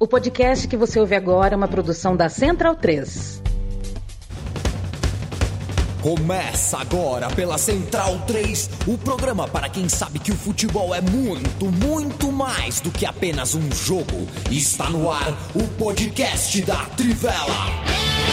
O podcast que você ouve agora é uma produção da Central 3. Começa agora pela Central 3, o programa para quem sabe que o futebol é muito, muito mais do que apenas um jogo. Está no ar o podcast da Trivela.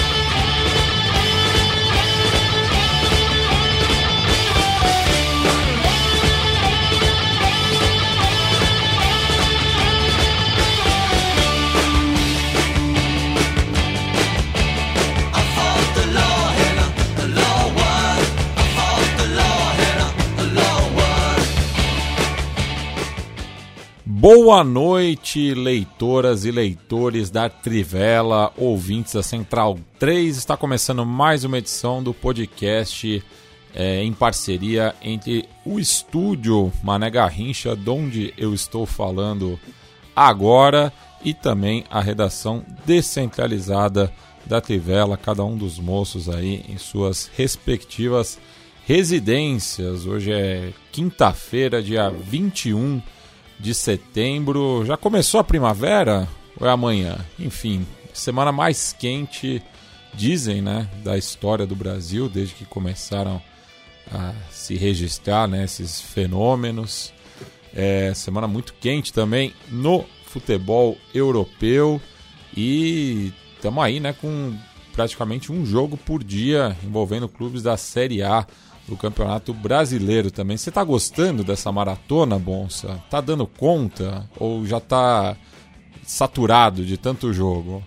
Boa noite, leitoras e leitores da Trivela, ouvintes da Central 3. Está começando mais uma edição do podcast em parceria entre o estúdio Mané Garrincha, de onde eu estou falando agora, e também a redação descentralizada da Trivela, cada um dos moços aí em suas respectivas residências. Hoje é quinta-feira, dia 21 de setembro. Já começou a primavera? Ou é amanhã? Enfim, semana mais quente, dizem, né, da história do Brasil, desde que começaram a se registrar, né, esses fenômenos. Semana muito quente também no futebol europeu. E estamos aí, né, com praticamente um jogo por dia envolvendo clubes da Série A do Campeonato Brasileiro também. Você tá gostando dessa maratona, Bonsa? Tá dando conta? Ou já tá saturado de tanto jogo?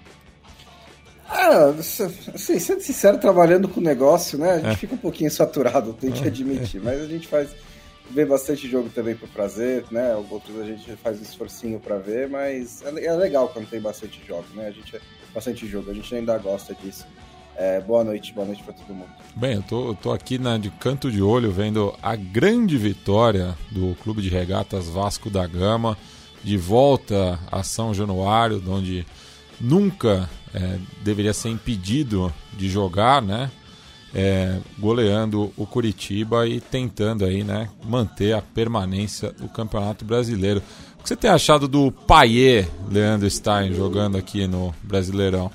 Assim, sendo sincero, trabalhando com o negócio, né? A gente fica um pouquinho saturado, tem que admitir. Mas a gente vê bastante jogo também por prazer, né? Outros a gente faz um esforcinho pra ver, mas é legal quando tem bastante jogo, né? Bastante jogo, a gente ainda gosta disso. Boa noite pra todo mundo. Bem, eu tô aqui de canto de olho vendo a grande vitória do Clube de Regatas Vasco da Gama, de volta a São Januário, onde nunca deveria ser impedido de jogar, né? Goleando o Curitiba e tentando aí, né, manter a permanência do Campeonato Brasileiro. O que você tem achado do Payet, Leandro Stein, jogando aqui no Brasileirão?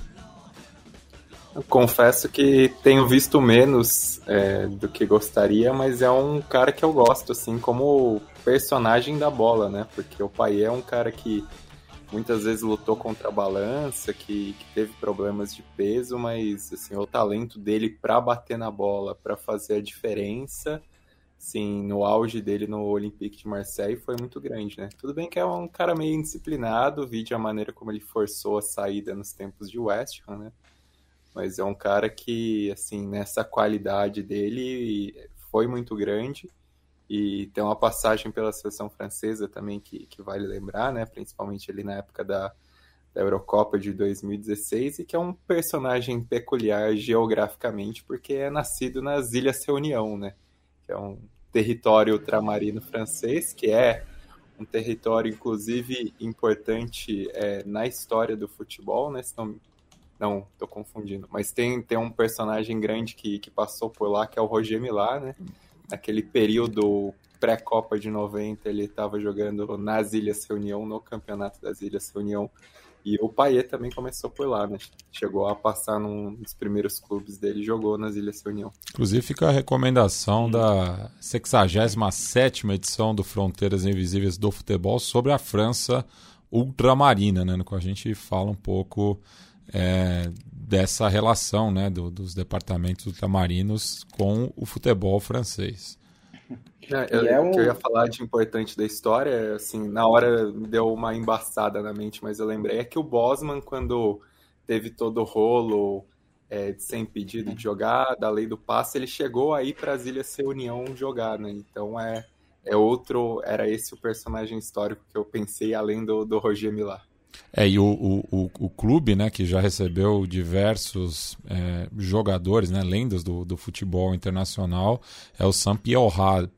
Eu confesso que tenho visto menos do que gostaria, mas é um cara que eu gosto, assim, como personagem da bola, né? Porque o Payet é um cara que muitas vezes lutou contra a balança, que teve problemas de peso, mas assim, o talento dele para bater na bola, para fazer a diferença, assim, no auge dele no Olympique de Marseille foi muito grande, né? Tudo bem que é um cara meio indisciplinado, vide a maneira como ele forçou a saída nos tempos de West Ham, né? Mas é um cara que, assim, nessa qualidade dele foi muito grande, e tem uma passagem pela seleção francesa também que vale lembrar, né? Principalmente ali na época da Eurocopa de 2016, e que é um personagem peculiar geograficamente, porque é nascido nas Ilhas Réunion, né? Que é um território ultramarino francês, que é um território, inclusive, importante na história do futebol, né? Não, tô confundindo. Mas tem um personagem grande que passou por lá, que é o Roger Milá, né? Naquele período pré-Copa de 90, ele estava jogando nas Ilhas Réunion, no campeonato das Ilhas Réunion. E o Payet também começou por lá, né? Chegou a passar num dos primeiros clubes dele, jogou nas Ilhas Réunion. Inclusive fica a recomendação da 67ª edição do Fronteiras Invisíveis do Futebol sobre a França ultramarina, né? No qual a gente fala um pouco dessa relação, né, dos departamentos ultramarinos com o futebol francês. O que eu ia falar de importante da história, assim, na hora me deu uma embaçada na mente, mas eu lembrei, que o Bosman, quando teve todo o rolo de ser impedido de jogar, da lei do passe, ele chegou aí para as Ilhas Réunion jogar, né? Então era esse o personagem histórico que eu pensei, além do Roger Milá. E o clube, né, que já recebeu diversos jogadores, né, lendas do futebol internacional, é o Saint-Pierrois,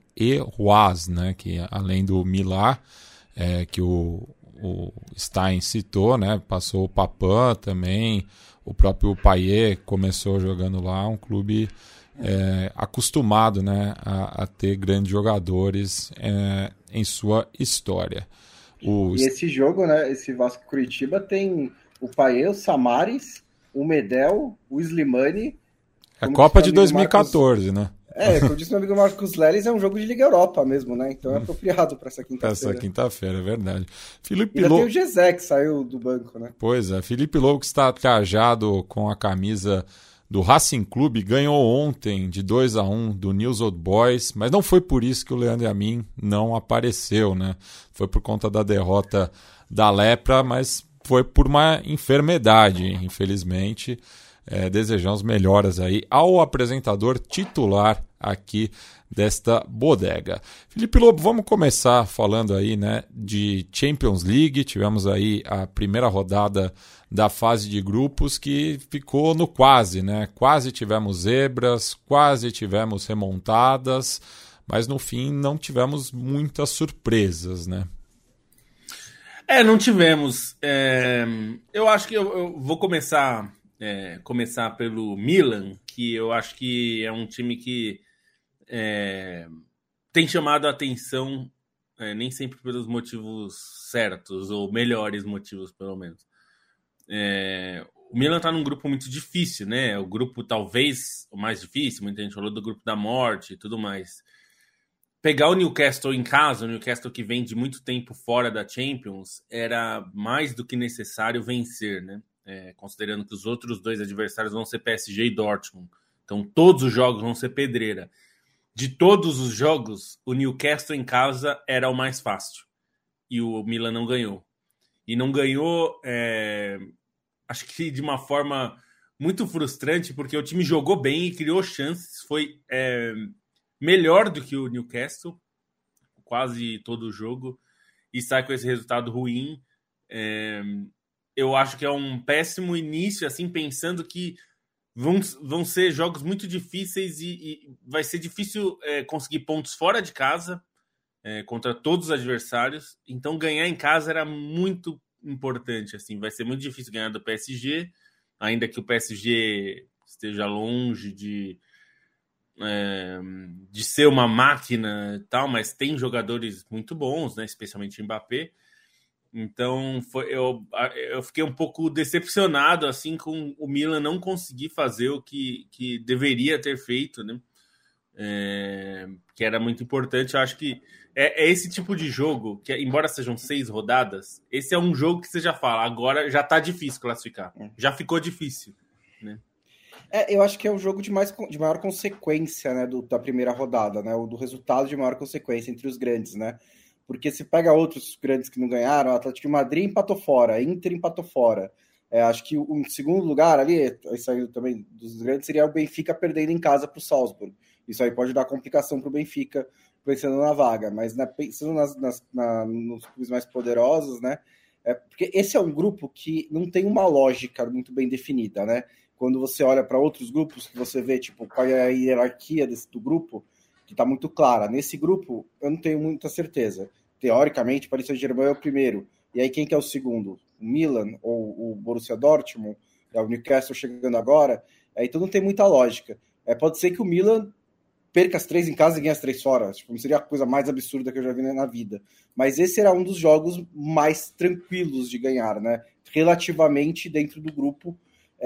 né, que além do Milá, que o Stein citou, né, passou o Papin também, o próprio Payet começou jogando lá, um clube acostumado, né, a ter grandes jogadores em sua história. E esse jogo, né, esse Vasco Curitiba tem o Payet, o Samaris, o Medel, o Slimani. É Copa de 2014, né? Como disse meu amigo Marcos Leles, é um jogo de Liga Europa mesmo, né? Então é apropriado para essa quinta-feira. Essa quinta-feira, é verdade. Felipe Ainda tem o Gezé, que saiu do banco, né? Pois é, Felipe Lobo, que está trajado com a camisa do Racing Clube, ganhou ontem de 2-1 do News Old Boys, mas não foi por isso que o Leandro Amin não apareceu, né? Foi por conta da derrota da lepra, mas foi por uma enfermidade, infelizmente. Desejamos melhoras aí ao apresentador titular aqui desta bodega. Felipe Lobo, vamos começar falando aí, né, de Champions League. Tivemos aí a primeira rodada da fase de grupos que ficou no quase, né? Quase tivemos zebras, quase tivemos remontadas, mas no fim não tivemos muitas surpresas, né? Não tivemos. Eu acho que eu vou começar pelo Milan, que eu acho que é um time que tem chamado a atenção, nem sempre pelos motivos certos, ou melhores motivos, pelo menos. O Milan está num grupo muito difícil, né? O grupo talvez o mais difícil, muita gente falou do grupo da morte e tudo mais. Pegar o Newcastle em casa, o Newcastle que vem de muito tempo fora da Champions, era mais do que necessário vencer, né? Considerando que os outros dois adversários vão ser PSG e Dortmund. Então todos os jogos vão ser pedreira. De todos os jogos, o Newcastle em casa era o mais fácil. E o Milan não ganhou. E não ganhou, acho que de uma forma muito frustrante, porque o time jogou bem e criou chances. Foi melhor do que o Newcastle, quase todo o jogo, e sai com esse resultado ruim. Eu acho que é um péssimo início, assim, pensando que vão ser jogos muito difíceis e vai ser difícil conseguir pontos fora de casa contra todos os adversários. Então ganhar em casa era muito importante, assim. Vai ser muito difícil ganhar do PSG, ainda que o PSG esteja longe de ser uma máquina e tal, mas tem jogadores muito bons, né? Especialmente Mbappé. Então eu fiquei um pouco decepcionado assim, com o Milan não conseguir fazer o que deveria ter feito, né? Que era muito importante. Eu acho que é esse tipo de jogo que, embora sejam 6 rodadas, esse é um jogo que você já fala, agora já tá difícil classificar, já ficou difícil, né? Eu acho que é o jogo de maior consequência, né, da primeira rodada, né, o do resultado de maior consequência entre os grandes, né? Porque se pega outros grandes que não ganharam, o Atlético de Madrid empatou fora, a Inter empatou fora. Acho que o segundo lugar ali, isso aí também dos grandes, seria o Benfica perdendo em casa para o Salzburg. Isso aí pode dar complicação para o Benfica, pensando na vaga. Mas pensando nos clubes mais poderosos, né? Porque esse é um grupo que não tem uma lógica muito bem definida, né? Quando você olha para outros grupos, que você vê tipo, qual é a hierarquia do grupo, que está muito clara. Nesse grupo, eu não tenho muita certeza. Teoricamente, Paris Saint-Germain é o primeiro. E aí, quem que é o segundo? O Milan ou o Borussia Dortmund? O Newcastle chegando agora? Então não tem muita lógica. Pode ser que o Milan perca as 3 em casa e ganhe as 3 fora. Tipo, não seria a coisa mais absurda que eu já vi na vida. Mas esse era um dos jogos mais tranquilos de ganhar, né? Relativamente dentro do grupo,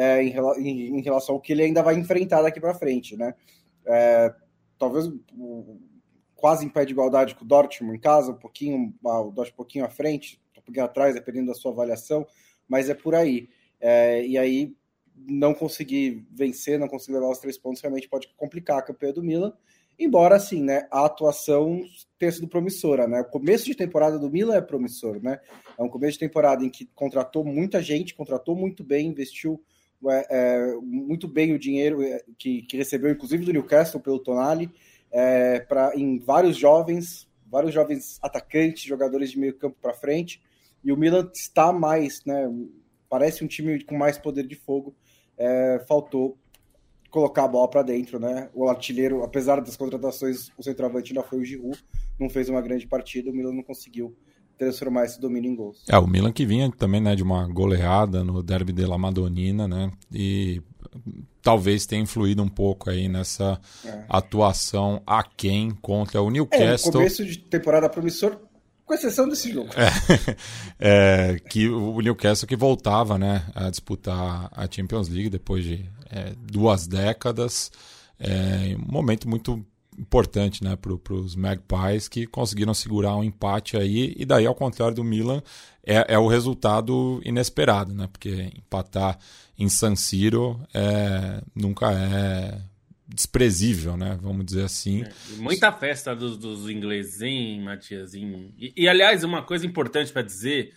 em relação ao que ele ainda vai enfrentar daqui para frente, né? Talvez quase em pé de igualdade com o Dortmund em casa, o Dortmund um pouquinho à frente, um pouquinho atrás, dependendo da sua avaliação, mas é por aí. E aí, não conseguir vencer, não conseguir levar os 3 pontos, realmente pode complicar a campanha do Milan, embora, assim, né, a atuação tenha sido promissora, né? O começo de temporada do Milan é promissor, né? É um começo de temporada em que contratou muita gente, contratou muito bem, investiu muito bem o dinheiro que recebeu, inclusive do Newcastle pelo Tonali, em vários jovens atacantes, jogadores de meio campo para frente, e o Milan está mais, né, parece um time com mais poder de fogo. Faltou colocar a bola para dentro, né? O artilheiro, apesar das contratações, o centroavante ainda foi o Giroud, não fez uma grande partida, o Milan não conseguiu transformar esse domínio em gols. O Milan que vinha também, né, de uma goleada no Derby della Madonnina, né? E talvez tenha influído um pouco aí nessa atuação aquém contra o Newcastle. No começo de temporada promissor, Com exceção desse jogo. Que o Newcastle que voltava, né, a disputar a Champions League depois de 2 décadas. Um momento muito importante, né, para os Magpies, que conseguiram segurar um empate aí, e daí, ao contrário do Milan, é o resultado inesperado, né, porque empatar em San Siro nunca é desprezível, né, vamos dizer assim. Muita festa dos ingleses, hein, Matias? E, aliás, uma coisa importante para dizer,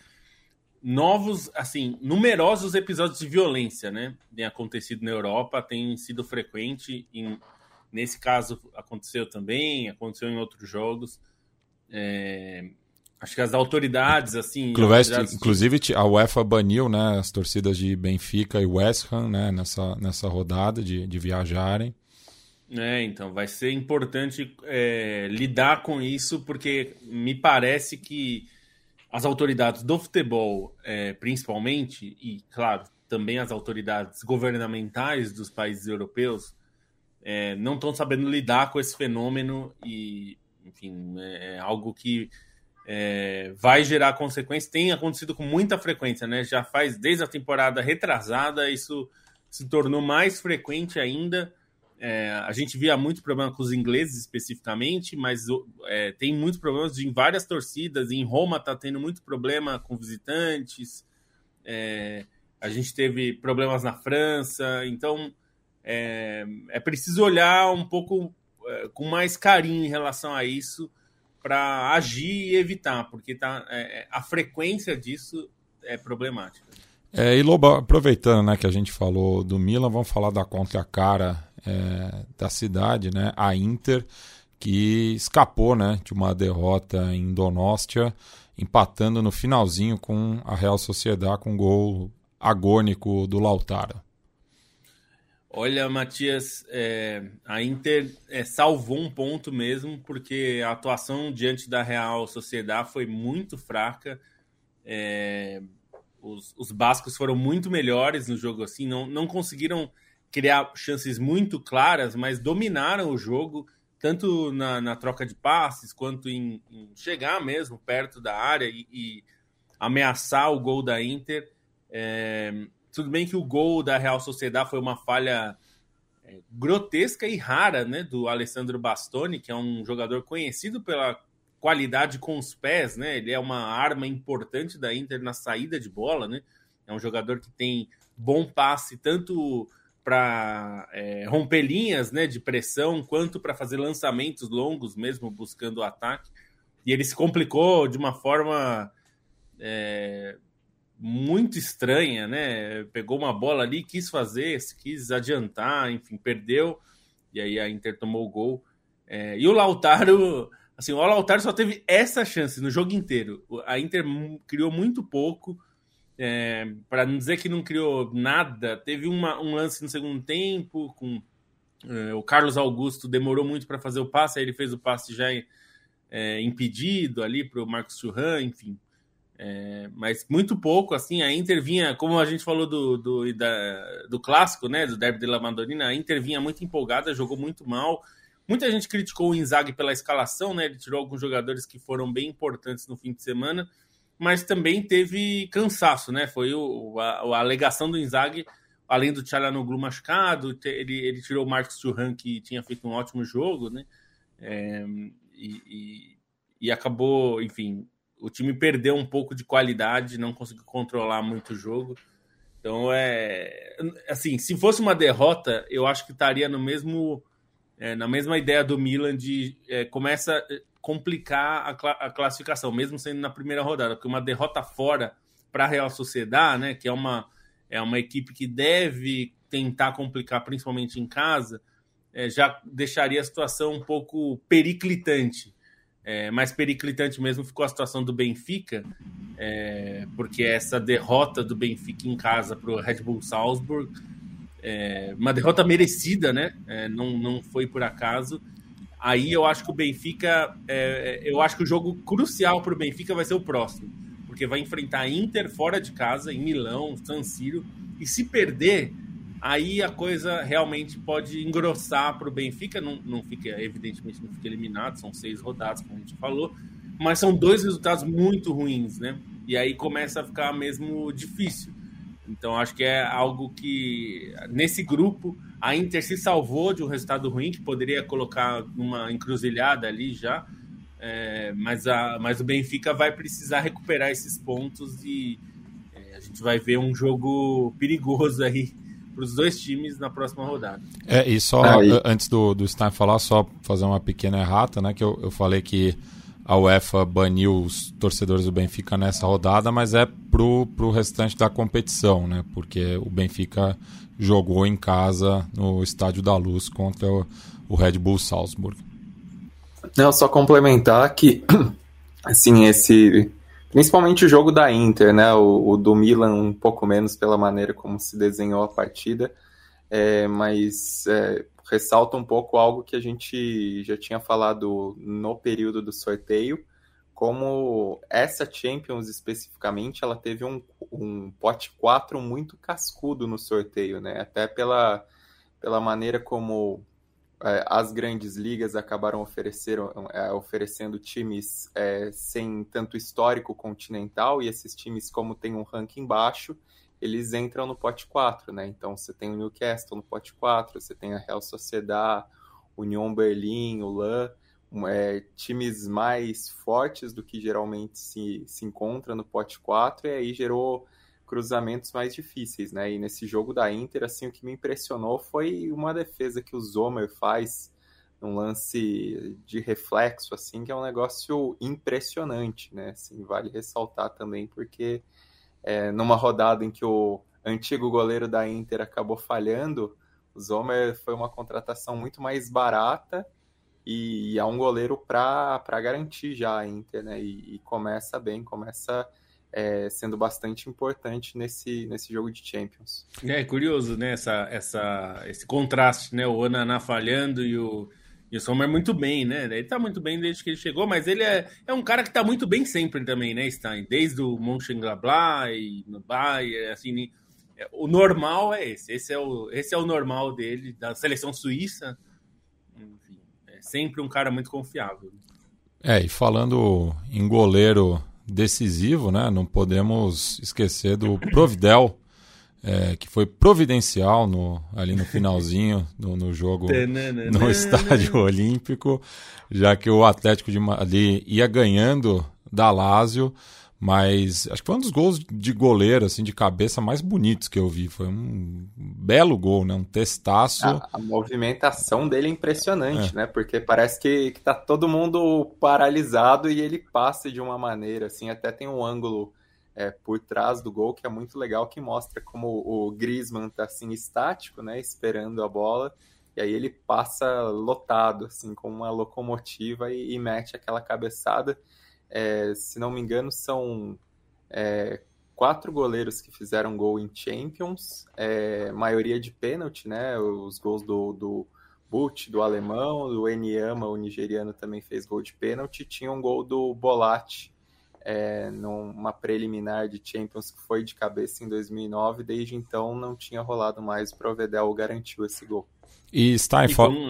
numerosos episódios de violência, né, têm acontecido na Europa, tem sido frequente. Nesse caso aconteceu também, aconteceu em outros jogos. Acho que as autoridades, assim... Inclusive a UEFA baniu, né, as torcidas de Benfica e West Ham, né, nessa rodada de viajarem. Então vai ser importante lidar com isso, porque me parece que as autoridades do futebol, principalmente, e claro, também as autoridades governamentais dos países europeus, não estão sabendo lidar com esse fenômeno e, enfim, é algo que vai gerar consequências. Tem acontecido com muita frequência, né? Já faz desde a temporada retrasada, isso se tornou mais frequente ainda. A gente via muito problema com os ingleses especificamente, mas tem muitos problemas em várias torcidas. Em Roma está tendo muito problema com visitantes. A gente teve problemas na França, então... É preciso olhar um pouco com mais carinho em relação a isso para agir e evitar, porque a frequência disso é problemática. E Loba, aproveitando, né, que a gente falou do Milan, vamos falar da contra-cara da cidade, né, a Inter, que escapou, né, de uma derrota em Donostia, empatando no finalzinho com a Real Sociedad com um gol agônico do Lautaro. Olha, Matias, a Inter salvou um ponto mesmo, porque a atuação diante da Real Sociedad foi muito fraca. Os bascos foram muito melhores no jogo, assim, não conseguiram criar chances muito claras, mas dominaram o jogo, tanto na troca de passes, quanto em chegar mesmo perto da área e ameaçar o gol da Inter. Tudo bem que o gol da Real Sociedad foi uma falha grotesca e rara, né, do Alessandro Bastoni, que é um jogador conhecido pela qualidade com os pés, né? Ele é uma arma importante da Inter na saída de bola, né? É um jogador que tem bom passe tanto para romper linhas, né, de pressão, quanto para fazer lançamentos longos mesmo, buscando o ataque. E ele se complicou de uma forma muito estranha, né? Pegou uma bola ali, quis adiantar, enfim, perdeu, e aí a Inter tomou o gol. E o Lautaro, assim, o Lautaro só teve essa chance no jogo inteiro. A Inter criou muito pouco, para não dizer que não criou nada. Teve um lance no segundo tempo, com o Carlos Augusto demorou muito para fazer o passe, aí ele fez o passe já impedido ali para o Marcos Thuram, enfim. Mas muito pouco, assim. A Inter vinha, como a gente falou do clássico, né, do Derby della Madonnina, a Inter vinha muito empolgada, jogou muito mal. Muita gente criticou o Inzaghi pela escalação, né? Ele tirou alguns jogadores que foram bem importantes no fim de semana, mas também teve cansaço, né? Foi a alegação do Inzaghi, além do Çalhanoğlu machucado, ele tirou o Marcos Thuram, que tinha feito um ótimo jogo, né? E acabou, enfim, o time perdeu um pouco de qualidade, não conseguiu controlar muito o jogo. Então, assim, se fosse uma derrota, eu acho que estaria no mesmo... na mesma ideia do Milan de começa a complicar a classificação, mesmo sendo na primeira rodada, porque uma derrota fora para a Real Sociedad, né, que é uma equipe que deve tentar complicar, principalmente em casa, já deixaria a situação um pouco periclitante. Mais periclitante mesmo ficou a situação do Benfica, porque essa derrota do Benfica em casa para o Red Bull Salzburg, uma derrota merecida, né? Não foi por acaso. Aí eu acho que o Benfica, eu acho que o jogo crucial para o Benfica vai ser o próximo, porque vai enfrentar a Inter fora de casa, em Milão, San Siro, e se perder, aí a coisa realmente pode engrossar para o Benfica. Evidentemente não fica eliminado, são 6 rodadas, como a gente falou, mas são 2 resultados muito ruins, né? E aí começa a ficar mesmo difícil. Então acho que é algo que, nesse grupo, a Inter se salvou de um resultado ruim, que poderia colocar numa encruzilhada ali já, mas o Benfica vai precisar recuperar esses pontos e a gente vai ver um jogo perigoso aí para os 2 times na próxima rodada. E só antes do Stein falar, só fazer uma pequena errata, né? Que eu falei que a UEFA baniu os torcedores do Benfica nessa rodada, mas é pro restante da competição, né? Porque o Benfica jogou em casa no Estádio da Luz contra o Red Bull Salzburg. Não, só complementar que, assim, principalmente o jogo da Inter, né? O do Milan um pouco menos pela maneira como se desenhou a partida, mas ressalta um pouco algo que a gente já tinha falado no período do sorteio, como essa Champions especificamente, ela teve um pote 4 muito cascudo no sorteio, né? Até pela maneira como as grandes ligas acabaram oferecendo times sem tanto histórico continental, e esses times, como tem um ranking baixo, eles entram no pote 4, né? Então você tem o Newcastle no pote 4, você tem a Real Sociedad, Union Berlin, o LAN, times mais fortes do que geralmente se encontra no pote 4, e aí gerou cruzamentos mais difíceis, né? E nesse jogo da Inter, assim, o que me impressionou foi uma defesa que o Sommer faz, um lance de reflexo, assim, que é um negócio impressionante, né? Assim, vale ressaltar também, porque numa rodada em que o antigo goleiro da Inter acabou falhando, o Sommer foi uma contratação muito mais barata e é um goleiro para garantir já a Inter, né? E começa bem, sendo bastante importante nesse jogo de Champions. É curioso, né? Esse contraste, né? O Onana falhando e o Sommer muito bem, né? Ele tá muito bem desde que ele chegou, mas ele é um cara que tá muito bem sempre também, né, Stein? Desde o Mönchengladbach e no Bayern, assim, o normal é esse. Esse é o normal dele, da seleção suíça. Enfim, é sempre um cara muito confiável. E falando em goleiro decisivo, né? Não podemos esquecer do Providel, que foi providencial ali no finalzinho no jogo no Estádio Olímpico, já que o Atlético de Madrid ia ganhando da Lazio, mas acho que foi um dos gols de goleiro, assim, de cabeça mais bonitos que eu vi. Foi um belo gol, né? Um testaço. A movimentação dele é impressionante, né? Porque parece que tá todo mundo paralisado e ele passa de uma maneira, assim, até tem um ângulo por trás do gol que é muito legal, que mostra como o Griezmann tá, assim, estático, né? Esperando a bola, e aí ele passa lotado, assim, com uma locomotiva e mete aquela cabeçada. Se não me engano, são 4 goleiros que fizeram gol em Champions, maioria de pênalti, né? Os gols do Butt, do alemão, do Enyama, o nigeriano, também fez gol de pênalti. Tinha um gol do Bolat numa preliminar de Champions que foi de cabeça em 2009. Desde então não tinha rolado mais. O Provedel garantiu esse gol. E Stein...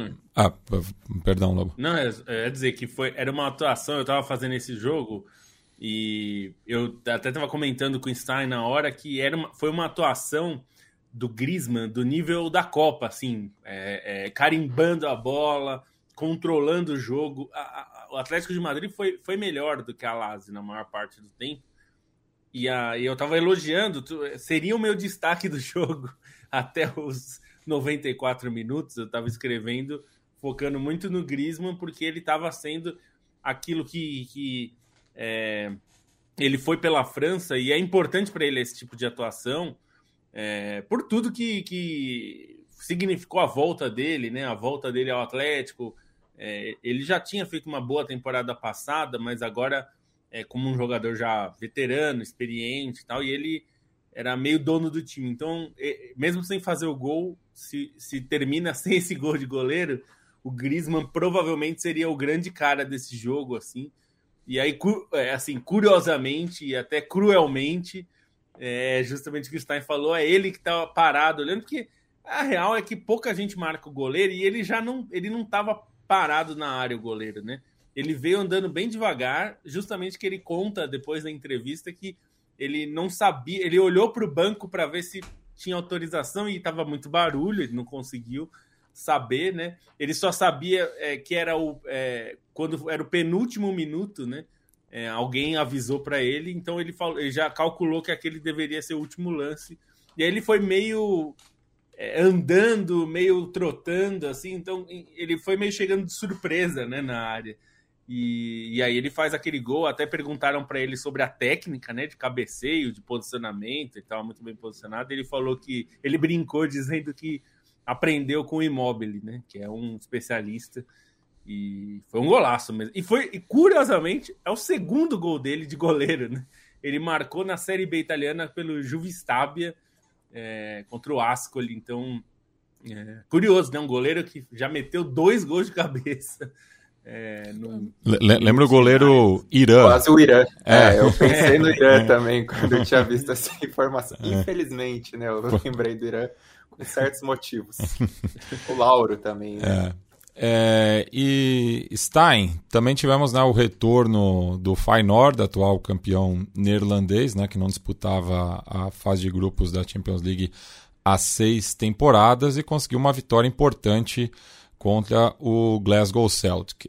perdão, Lobo. Não, dizer que era uma atuação, eu estava fazendo esse jogo e eu até estava comentando com o Stein na hora que foi uma atuação do Griezmann do nível da Copa, assim, carimbando a bola, controlando o jogo. O Atlético de Madrid foi melhor do que a Lazio na maior parte do tempo. E eu estava elogiando, seria o meu destaque do jogo até os 94 minutos, eu estava escrevendo, focando muito no Griezmann, porque ele estava sendo aquilo que ele foi pela França, e é importante para ele esse tipo de atuação, por tudo que significou a volta dele, né? A volta dele ao Atlético. Ele já tinha feito uma boa temporada passada, mas agora como um jogador já veterano, experiente e tal, e ele era meio dono do time. Então, mesmo sem fazer o gol, se termina sem esse gol de goleiro, o Griezmann provavelmente seria o grande cara desse jogo, assim. E aí, assim, curiosamente e até cruelmente, justamente o que o Stein falou, é ele que estava parado olhando, porque a real é que pouca gente marca o goleiro e ele não estava parado na área, o goleiro, né? ele veio andando bem devagar, justamente que ele conta depois da entrevista que ele não sabia, ele olhou para o banco para ver se tinha autorização e estava muito barulho, ele não conseguiu saber, né? Ele só sabia que era quando era o penúltimo minuto, né? Alguém avisou para ele, então ele já calculou que aquele deveria ser o último lance. E aí ele foi meio andando, meio trotando, assim, então ele foi meio chegando de surpresa, né, na área. E aí ele faz aquele gol, até perguntaram para ele sobre a técnica, né, de cabeceio, de posicionamento, ele estava muito bem posicionado, ele falou que, ele brincou dizendo que aprendeu com o Immobile, né, que é um especialista, e foi um golaço mesmo. E curiosamente, é o segundo gol dele de goleiro, né, ele marcou na Série B italiana pelo Juvistabia, contra o Ascoli, então curioso, né, um goleiro que já meteu 2 gols de cabeça. Lembra o goleiro Irã? Quase o Irã. Eu pensei no Irã também quando eu tinha visto essa informação. Infelizmente, né? Eu lembrei do Irã com certos motivos. O Lauro também. Né? E Stein, também tivemos, né, o retorno do Feyenoord, atual campeão neerlandês, né, que não disputava a fase de grupos da Champions League há 6 temporadas e conseguiu uma vitória importante contra o Glasgow Celtic.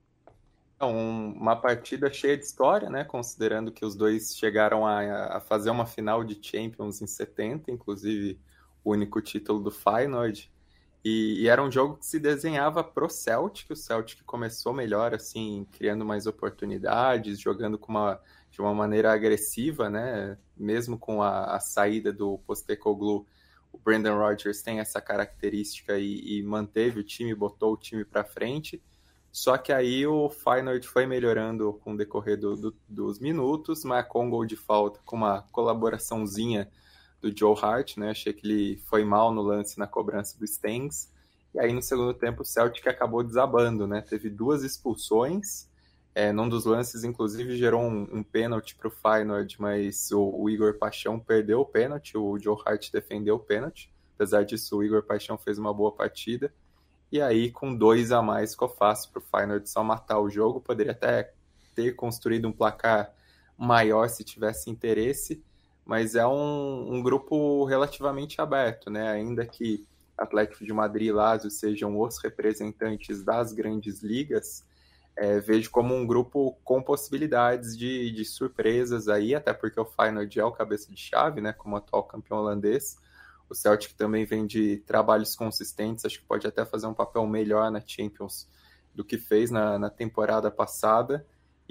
Uma partida cheia de história, né? Considerando que os dois chegaram a fazer uma final de Champions em 70, inclusive o único título do Feyenoord. E era um jogo que se desenhava pro Celtic. O Celtic começou melhor, assim, criando mais oportunidades, jogando de uma maneira agressiva, né? Mesmo com a saída do Postecoglou, o Brendan Rodgers tem essa característica e manteve o time, botou o time para frente. Só que aí o Feyenoord foi melhorando com o decorrer dos minutos, marcou um gol de falta com uma colaboraçãozinha do Joe Hart, né? Achei que ele foi mal no lance na cobrança do Stengs. E aí no segundo tempo o Celtic acabou desabando, né? Teve 2 expulsões. Num dos lances, inclusive, gerou um pênalti para o Feyenoord, mas o Igor Paixão perdeu o pênalti, o Joe Hart defendeu o pênalti. Apesar disso, o Igor Paixão fez uma boa partida. E aí, com 2 a mais, ficou fácil para o Feyenoord só matar o jogo. Poderia até ter construído um placar maior se tivesse interesse, mas é um grupo relativamente aberto, né? Ainda que Atlético de Madrid e Lazio sejam os representantes das grandes ligas, vejo como um grupo com possibilidades de surpresas aí, até porque o Feyenoord é o cabeça de chave, né, como atual campeão holandês. O Celtic também vem de trabalhos consistentes, acho que pode até fazer um papel melhor na Champions do que fez na temporada passada,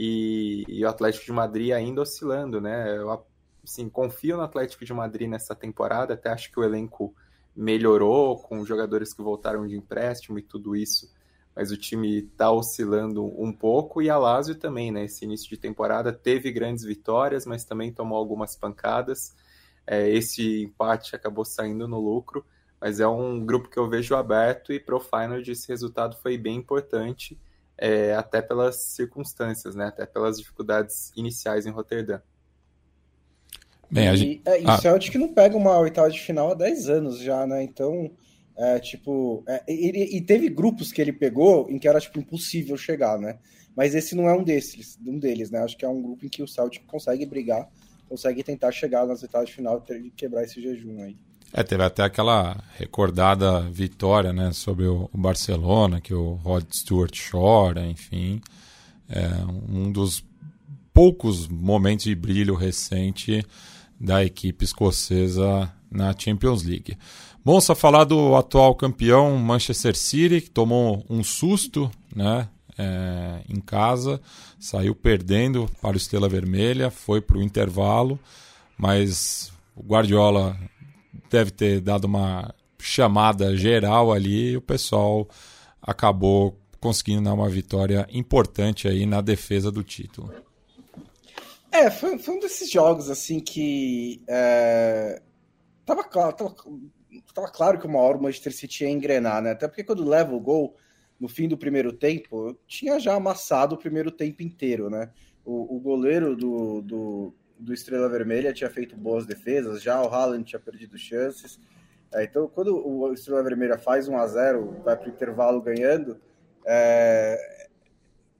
e o Atlético de Madrid ainda oscilando, né? Eu assim, confio no Atlético de Madrid nessa temporada, até acho que o elenco melhorou com jogadores que voltaram de empréstimo e tudo isso, mas o time está oscilando um pouco, e a Lazio também, né? Esse início de temporada teve grandes vitórias, mas também tomou algumas pancadas. Esse empate acabou saindo no lucro, mas é um grupo que eu vejo aberto, e para o Feyenoord esse resultado foi bem importante, até pelas circunstâncias, né? Até pelas dificuldades iniciais em Roterdã. Bem, o Celtic não pega uma oitava de final há 10 anos já, né? Então... e teve grupos que ele pegou em que era tipo impossível chegar, né? Mas esse não é um deles, né? Acho que é um grupo em que o Celtic consegue brigar, consegue tentar chegar nas oitavas de final e quebrar esse jejum aí. Teve até aquela recordada vitória, né, sobre o Barcelona, que o Rod Stewart chora, enfim. Um dos poucos momentos de brilho recente da equipe escocesa na Champions League. Bom, só falar do atual campeão Manchester City, que tomou um susto, né, em casa, saiu perdendo para o Estrela Vermelha, foi para o intervalo, mas o Guardiola deve ter dado uma chamada geral ali e o pessoal acabou conseguindo dar uma vitória importante aí na defesa do título. Foi um desses jogos assim que tava claro que uma hora o Manchester City ia engrenar, né? Até porque quando leva o gol no fim do primeiro tempo, eu tinha já amassado o primeiro tempo inteiro, né? O goleiro do Estrela Vermelha tinha feito boas defesas, já o Haaland tinha perdido chances. Então, quando o Estrela Vermelha faz 1-0, vai para o intervalo ganhando,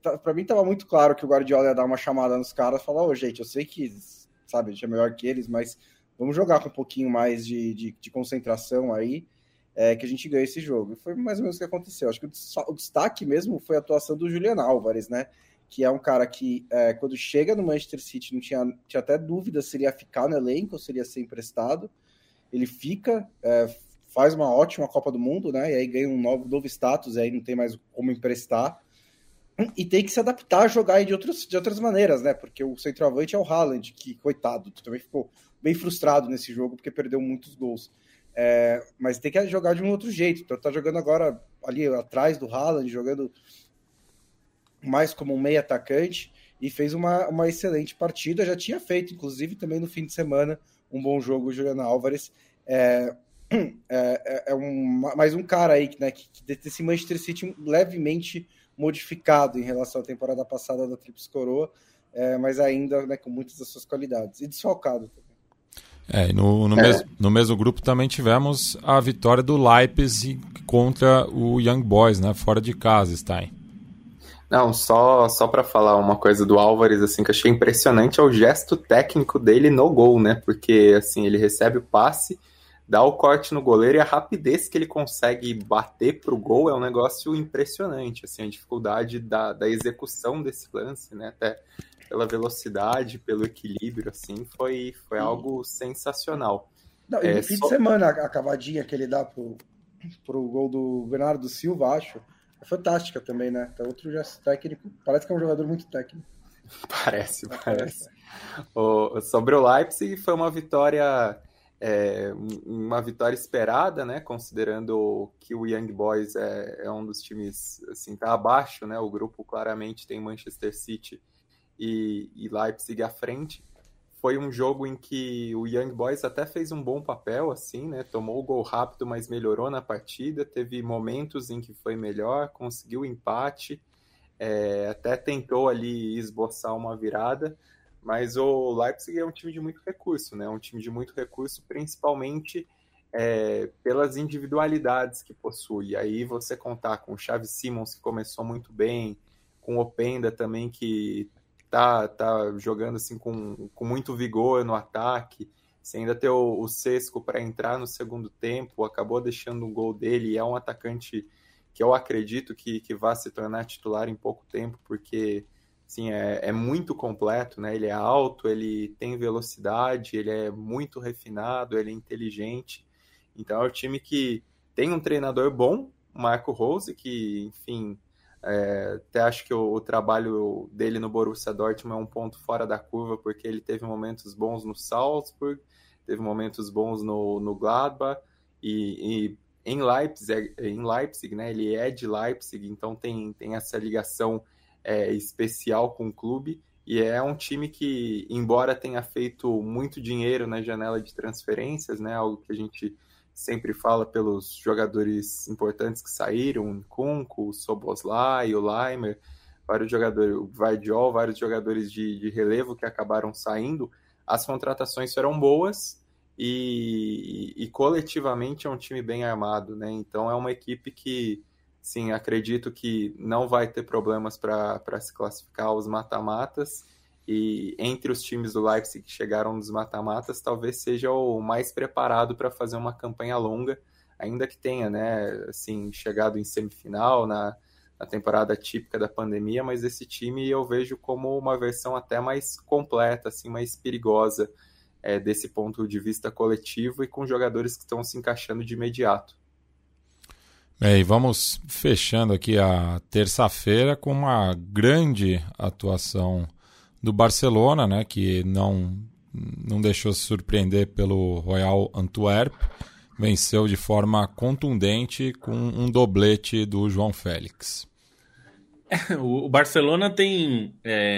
pra mim tava muito claro que o Guardiola ia dar uma chamada nos caras e falar, gente, eu sei que, sabe, a gente é melhor que eles, mas vamos jogar com um pouquinho mais de concentração aí, que a gente ganha esse jogo. E foi mais ou menos o que aconteceu. Acho que o destaque mesmo foi a atuação do Julian Álvares, né? Que é um cara que, quando chega no Manchester City, tinha até dúvida se ele ia ficar no elenco ou se ele ia ser emprestado. Ele fica, faz uma ótima Copa do Mundo, né? E aí ganha um novo status, e aí não tem mais como emprestar. E tem que se adaptar a jogar aí de outras maneiras, né? Porque o centroavante é o Haaland, que, coitado, também ficou bem frustrado nesse jogo, porque perdeu muitos gols. Mas tem que jogar de um outro jeito. Então tá jogando agora ali atrás do Haaland, jogando mais como um meio atacante, e fez uma excelente partida. Já tinha feito, inclusive, também no fim de semana, um bom jogo, o Julian Álvares. Mais um cara aí, né, que desse Manchester City levemente modificado em relação à temporada passada da Tríplice Coroa, mas ainda, né, com muitas das suas qualidades. E desfalcado também. No mesmo grupo também tivemos a vitória do Leipzig contra o Young Boys, né, fora de casa, Stein. Não, só para falar uma coisa do Álvares, assim, que eu achei impressionante é o gesto técnico dele no gol, né? Porque, assim, ele recebe o passe, dá o corte no goleiro e a rapidez que ele consegue bater pro gol é um negócio impressionante, assim, a dificuldade da execução desse lance, né? Até pela velocidade, pelo equilíbrio, assim, foi algo sensacional. Não, e no fim de semana, a cavadinha que ele dá pro gol do Bernardo Silva, acho, é fantástica também, né? Então, outro gesto técnico, parece que é um jogador muito técnico. Parece. Sobre o Leipzig, foi uma vitória esperada, né? Considerando que o Young Boys é um dos times, assim, tá abaixo, né? O grupo claramente tem Manchester City e Leipzig à frente. Foi um jogo em que o Young Boys até fez um bom papel, assim, né? Tomou o gol rápido, mas melhorou na partida. Teve momentos em que foi melhor, conseguiu o empate, até tentou ali esboçar uma virada. Mas o Leipzig é um time de muito recurso, né? Um time de muito recurso, principalmente pelas individualidades que possui. E aí você contar com o Xavi Simons, que começou muito bem, com o Openda também, que tá jogando assim com muito vigor no ataque. Você ainda ter o Sesco para entrar no segundo tempo, acabou deixando um gol dele, e é um atacante que eu acredito que vai se tornar titular em pouco tempo, porque assim, é muito completo, né? Ele é alto, ele tem velocidade, ele é muito refinado, ele é inteligente. Então é um time que tem um treinador bom, Marco Rose, que, enfim, até acho que o trabalho dele no Borussia Dortmund é um ponto fora da curva, porque ele teve momentos bons no Salzburg, teve momentos bons no Gladbach, e em Leipzig, né? Ele é de Leipzig, então tem essa ligação especial com o clube, e é um time que, embora tenha feito muito dinheiro na janela de transferências, né, algo que a gente sempre fala pelos jogadores importantes que saíram, o Nkunku, o Szoboszlai, o Laimer, vários jogadores, o Gvardiol, vários jogadores de relevo que acabaram saindo. As contratações foram boas e coletivamente é um time bem armado, né? Então é uma equipe que, sim, acredito que não vai ter problemas para se classificar aos mata-matas, e entre os times do Leipzig que chegaram nos mata-matas, talvez seja o mais preparado para fazer uma campanha longa, ainda que tenha, né, assim, chegado em semifinal na temporada típica da pandemia, mas esse time eu vejo como uma versão até mais completa, assim, mais perigosa desse ponto de vista coletivo, e com jogadores que estão se encaixando de imediato. E vamos fechando aqui a terça-feira com uma grande atuação do Barcelona, né, que não deixou se surpreender pelo Royal Antwerp, venceu de forma contundente com um doblete do João Félix. O Barcelona tem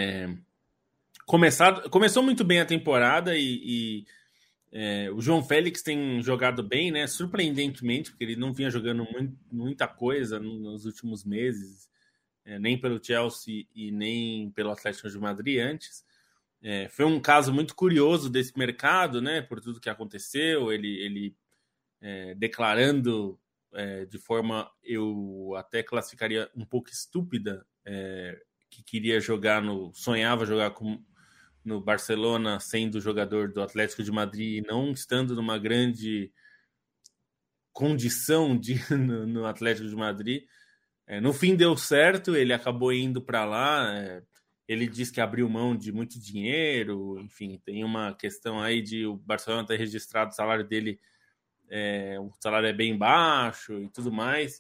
começou muito bem a temporada e o João Félix tem jogado bem, né? Surpreendentemente, porque ele não vinha jogando muita coisa nos últimos meses, nem pelo Chelsea e nem pelo Atlético de Madrid antes. Foi um caso muito curioso desse mercado, né? Por tudo que aconteceu, ele declarando de forma, eu até classificaria um pouco estúpida, que queria sonhava jogar no Barcelona, sendo jogador do Atlético de Madrid e não estando numa grande condição no Atlético de Madrid. No fim deu certo, ele acabou indo para lá. Ele disse que abriu mão de muito dinheiro, enfim, tem uma questão aí de o Barcelona ter registrado o salário dele, o salário é bem baixo e tudo mais.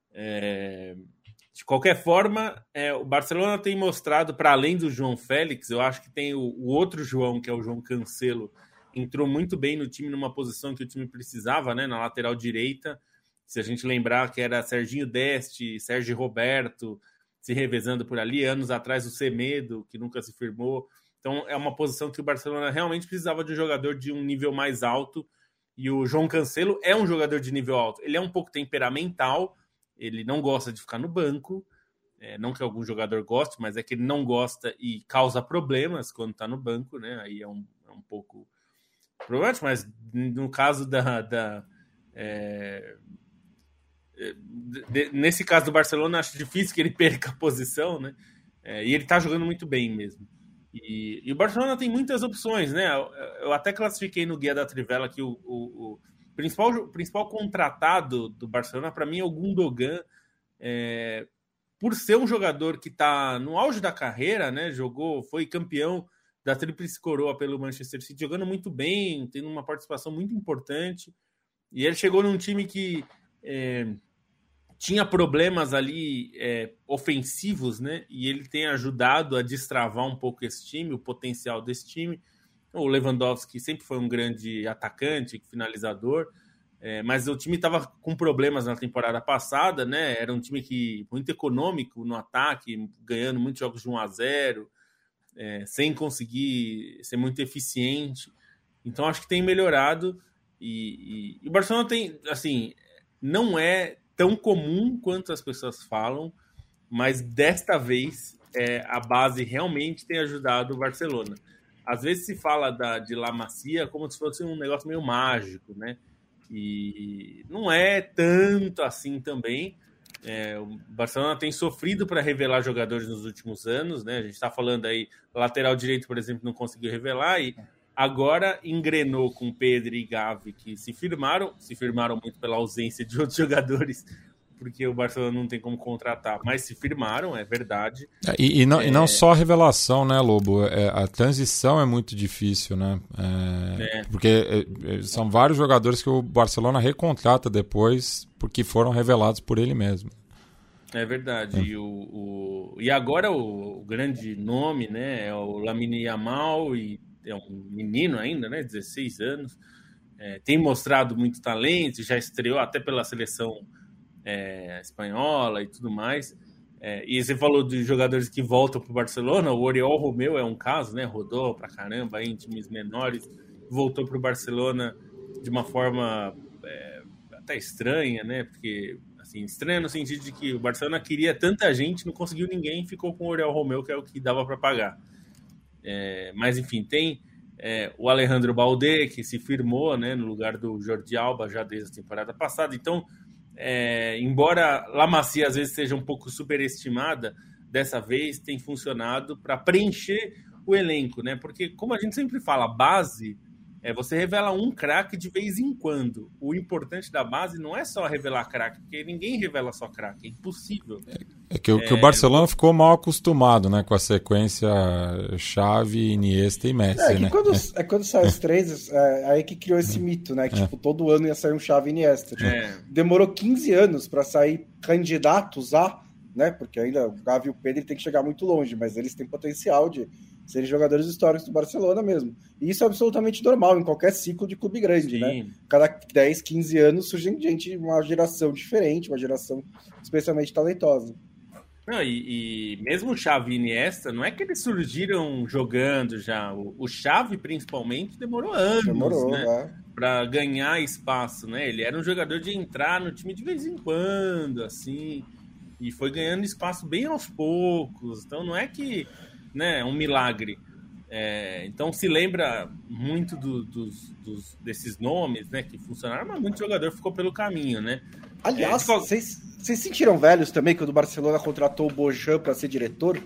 De qualquer forma, o Barcelona tem mostrado, para além do João Félix, eu acho que tem o outro João, que é o João Cancelo, entrou muito bem no time numa posição que o time precisava, né, na lateral direita. Se a gente lembrar que era Serginho Deste, Sérgio Roberto se revezando por ali, anos atrás o Semedo, que nunca se firmou. Então é uma posição que o Barcelona realmente precisava de um jogador de um nível mais alto, e o João Cancelo é um jogador de nível alto. Ele é um pouco temperamental, ele não gosta de ficar no banco, não que algum jogador goste, mas é que ele não gosta e causa problemas quando está no banco, né? Aí é um pouco problemático, mas no caso nesse caso do Barcelona, acho difícil que ele perca a posição, né? E ele tá jogando muito bem mesmo. E o Barcelona tem muitas opções, né? Eu até classifiquei no Guia da Trivela que o principal contratado do Barcelona, para mim, é o Gundogan, por ser um jogador que tá no auge da carreira, né? Foi campeão da Tríplice Coroa pelo Manchester City, jogando muito bem, tendo uma participação muito importante. E ele chegou num time que tinha problemas ali ofensivos, né? E ele tem ajudado a destravar um pouco esse time, o potencial desse time. O Lewandowski sempre foi um grande atacante, finalizador, mas o time estava com problemas na temporada passada, né? Era um time muito econômico no ataque, ganhando muitos jogos de 1-0, sem conseguir ser muito eficiente. Então acho que tem melhorado, e o Barcelona tem, assim, não é tão comum quanto as pessoas falam, mas desta vez a base realmente tem ajudado o Barcelona. Às vezes se fala de La Masia como se fosse um negócio meio mágico, né? E não é tanto assim também. O Barcelona tem sofrido para revelar jogadores nos últimos anos, né? A gente está falando aí, lateral direito, por exemplo, não conseguiu revelar, e agora engrenou com Pedro e Gavi, que se firmaram muito pela ausência de outros jogadores, porque o Barcelona não tem como contratar, mas se firmaram, é verdade. E não só a revelação, né, Lobo? A transição é muito difícil, né? Porque são vários jogadores que o Barcelona recontrata depois, porque foram revelados por ele mesmo. É verdade. E agora o grande nome, né, é o Lamine Yamal, e é um menino ainda, né, 16 anos, tem mostrado muito talento, já estreou até pela seleção espanhola e tudo mais. E você falou de jogadores que voltam para o Barcelona, o Oriol Romeu é um caso, né, rodou pra caramba aí em times menores, voltou para o Barcelona de uma forma até estranha, né, porque, assim, estranha no sentido de que o Barcelona queria tanta gente, não conseguiu ninguém, ficou com o Oriol Romeu, que é o que dava para pagar. Mas enfim, tem o Alejandro Balde, que se firmou, né, no lugar do Jordi Alba já desde a temporada passada. Então, embora La Masia às vezes seja um pouco superestimada, dessa vez tem funcionado para preencher o elenco, né? Porque, como a gente sempre fala, base, você revela um craque de vez em quando. O importante da base não é só revelar craque, porque ninguém revela só craque, é impossível. Que o Barcelona ficou mal acostumado, né, com a sequência Xavi, Iniesta e Messi, né? Quando saiu os três, aí que criou esse mito, né? Que tipo, todo ano ia sair um Xavi e Iniesta. Tipo, demorou 15 anos para sair candidatos a, né? Porque ainda o Gavi e o Pedro tem que chegar muito longe, mas eles têm potencial de serem jogadores históricos do Barcelona mesmo. E isso é absolutamente normal em qualquer ciclo de clube grande, sim, né? Cada 10, 15 anos surge gente, uma geração diferente, uma geração especialmente talentosa. Não, e mesmo o Xavi e Iniesta, não é que eles surgiram jogando já. O Xavi, principalmente, demorou anos, né? Para ganhar espaço, né? Ele era um jogador de entrar no time de vez em quando, assim, e foi ganhando espaço bem aos poucos. Então não é que, né, é um milagre. Então se lembra muito desses nomes, né, que funcionaram, mas muito jogador ficou pelo caminho, né? Aliás, vocês sentiram velhos também quando o Barcelona contratou o Bojan para ser diretor?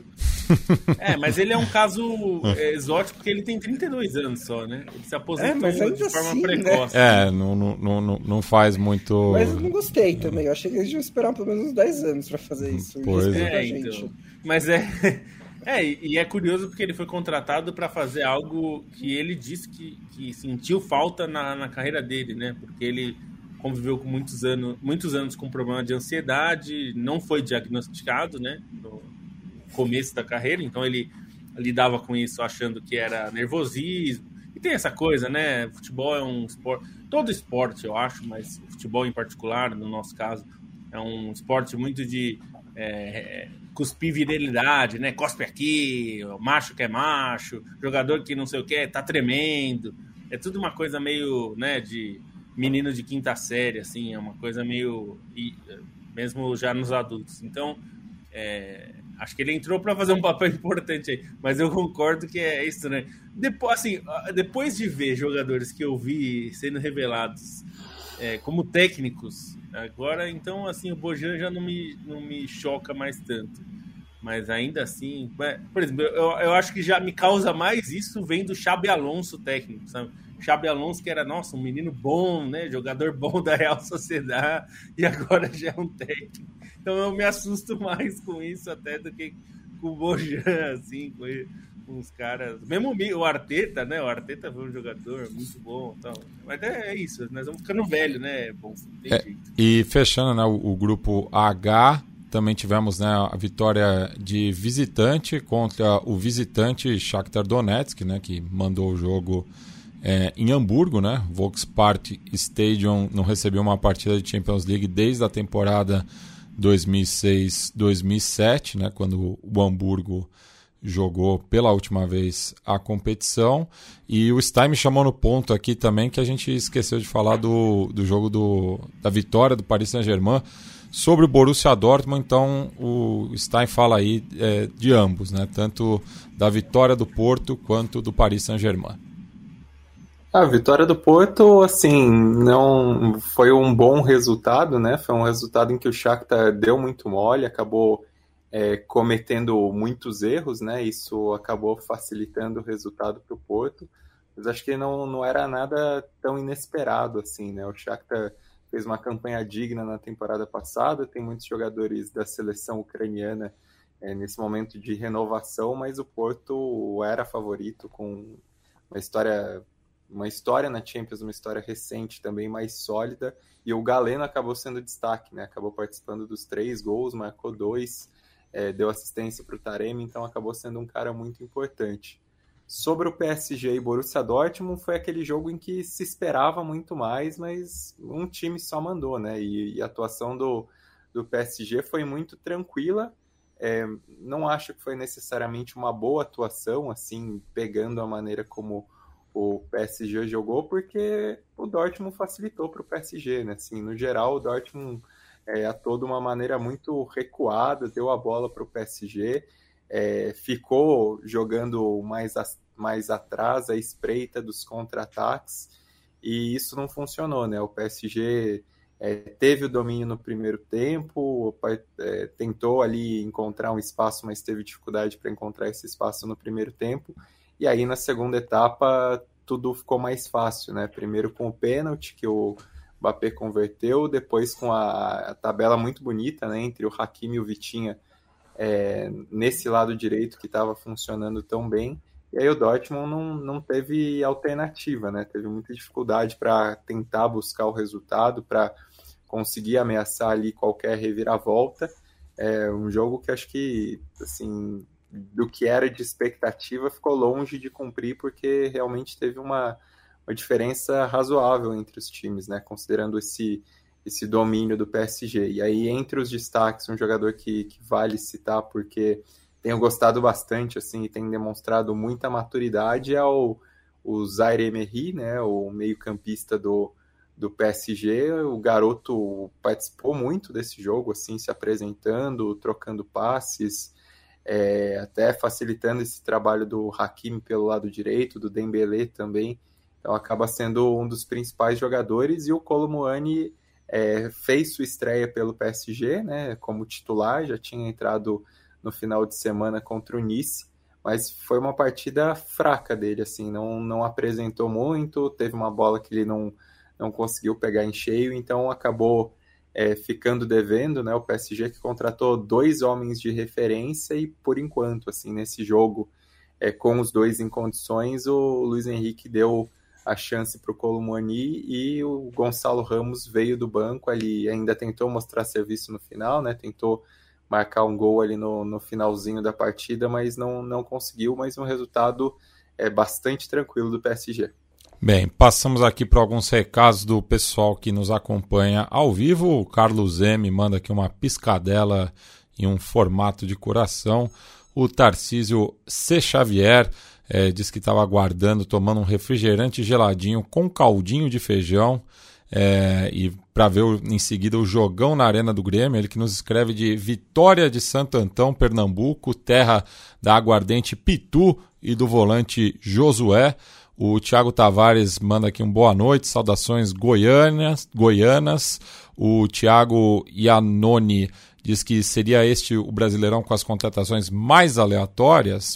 Mas ele é um caso exótico porque ele tem 32 anos só, né? Ele se aposentou de forma assim, precoce. Né? Não faz muito... Mas eu não gostei também. Eu achei que eles iam esperar pelo menos uns 10 anos pra fazer isso. Pois então. Mas e é curioso porque ele foi contratado para fazer algo que ele disse que sentiu falta na carreira dele, né? Porque ele conviveu com muitos anos com problema de ansiedade, não foi diagnosticado, né? No começo da carreira, então ele lidava com isso achando que era nervosismo. E tem essa coisa, né? Futebol é um esporte, todo esporte eu acho, mas futebol em particular, no nosso caso, é um esporte muito de cuspir virilidade, né? Cospe aqui, macho que é macho, jogador que não sei o que, tá tremendo. É tudo uma coisa meio, né, de menino de quinta série, assim, é uma coisa meio... mesmo já nos adultos. Então, acho que ele entrou para fazer um papel importante aí, mas eu concordo que é isso, né? Depois de ver jogadores que eu vi sendo revelados como técnicos, agora, então, assim, o Bojan já não me choca mais tanto. Mas ainda assim, por exemplo, eu acho que já me causa mais isso vendo o Xabi Alonso técnico, sabe? Xabi Alonso que era, nossa, um menino bom, né? Jogador bom da Real Sociedade, e agora já é um técnico. Então eu me assusto mais com isso até do que com o Bojan, assim, com os caras. Mesmo o Arteta, né? O Arteta foi um jogador muito bom. Então. Mas é isso, nós vamos ficando velho, né? Bom, tem jeito. E fechando, né, o grupo H, também tivemos, né, a vitória de visitante contra o visitante Shakhtar Donetsk, né, que mandou o jogo em Hamburgo, né? Volkspark Stadium não recebeu uma partida de Champions League desde a temporada 2006-2007, né, quando o Hamburgo jogou pela última vez a competição. E o Stein me chamou no ponto aqui também que a gente esqueceu de falar do jogo da vitória do Paris Saint-Germain sobre o Borussia Dortmund. Então o Stein fala aí de ambos, né, tanto da vitória do Porto quanto do Paris Saint-Germain. A vitória do Porto, assim, não foi um bom resultado, né? Foi um resultado em que o Shakhtar deu muito mole, acabou cometendo muitos erros, né? Isso acabou facilitando o resultado para o Porto, mas acho que não era nada tão inesperado assim, né? O Shakhtar fez uma campanha digna na temporada passada, tem muitos jogadores da seleção ucraniana nesse momento de renovação, mas o Porto era favorito com uma história na Champions, uma história recente também mais sólida, e o Galeno acabou sendo destaque, né? Acabou participando dos 3 gols, marcou 2, deu assistência para o Taremi, então acabou sendo um cara muito importante. Sobre o PSG e Borussia Dortmund, foi aquele jogo em que se esperava muito mais, mas um time só mandou, né? E a atuação do PSG foi muito tranquila. Não acho que foi necessariamente uma boa atuação, assim, pegando a maneira como o PSG jogou, porque o Dortmund facilitou para o PSG, né? Assim, no geral, o Dortmund atuou de uma maneira muito recuada, deu a bola para o PSG, ficou jogando mais atrás, à espreita dos contra-ataques, e isso não funcionou, né? O PSG teve o domínio no primeiro tempo, tentou ali encontrar um espaço, mas teve dificuldade para encontrar esse espaço no primeiro tempo. E aí, na segunda etapa, tudo ficou mais fácil, né? Primeiro com o pênalti, que o Mbappé converteu, depois com a tabela muito bonita, né? Entre o Hakimi e o Vitinha, nesse lado direito que estava funcionando tão bem. E aí o Dortmund não teve alternativa, né? Teve muita dificuldade para tentar buscar o resultado, para conseguir ameaçar ali qualquer reviravolta. Um jogo que acho que, assim, do que era de expectativa, ficou longe de cumprir, porque realmente teve uma diferença razoável entre os times, né? Considerando esse domínio do PSG. E aí, entre os destaques, um jogador que vale citar, porque tenho gostado bastante, assim, e tem demonstrado muita maturidade, é o Zaire Emery, né? O meio-campista do PSG. O garoto participou muito desse jogo, assim, se apresentando, trocando passes, até facilitando esse trabalho do Hakimi pelo lado direito, do Dembélé também. Então acaba sendo um dos principais jogadores, e o Kolo Muani fez sua estreia pelo PSG, né, como titular, já tinha entrado no final de semana contra o Nice, mas foi uma partida fraca dele, assim, não apresentou muito, teve uma bola que ele não conseguiu pegar em cheio, então acabou ficando devendo, né? O PSG que contratou 2 homens de referência e, por enquanto, assim, nesse jogo, com os 2 em condições, o Luiz Henrique deu a chance para o Colomani e o Gonçalo Ramos veio do banco ali, ainda tentou mostrar serviço no final, né? Tentou marcar um gol ali no finalzinho da partida, mas não conseguiu, mas um resultado bastante tranquilo do PSG. Bem, passamos aqui para alguns recados do pessoal que nos acompanha ao vivo. O Carlos M manda aqui uma piscadela em um formato de coração. O Tarcísio C. Xavier diz que estava aguardando, tomando um refrigerante geladinho com caldinho de feijão e para ver em seguida o jogão na Arena do Grêmio. Ele que nos escreve de Vitória de Santo Antão, Pernambuco, terra da aguardente Pitu e do volante Josué. O Thiago Tavares manda aqui um boa noite, saudações goianas. O Thiago Iannone diz que seria este o Brasileirão com as contratações mais aleatórias.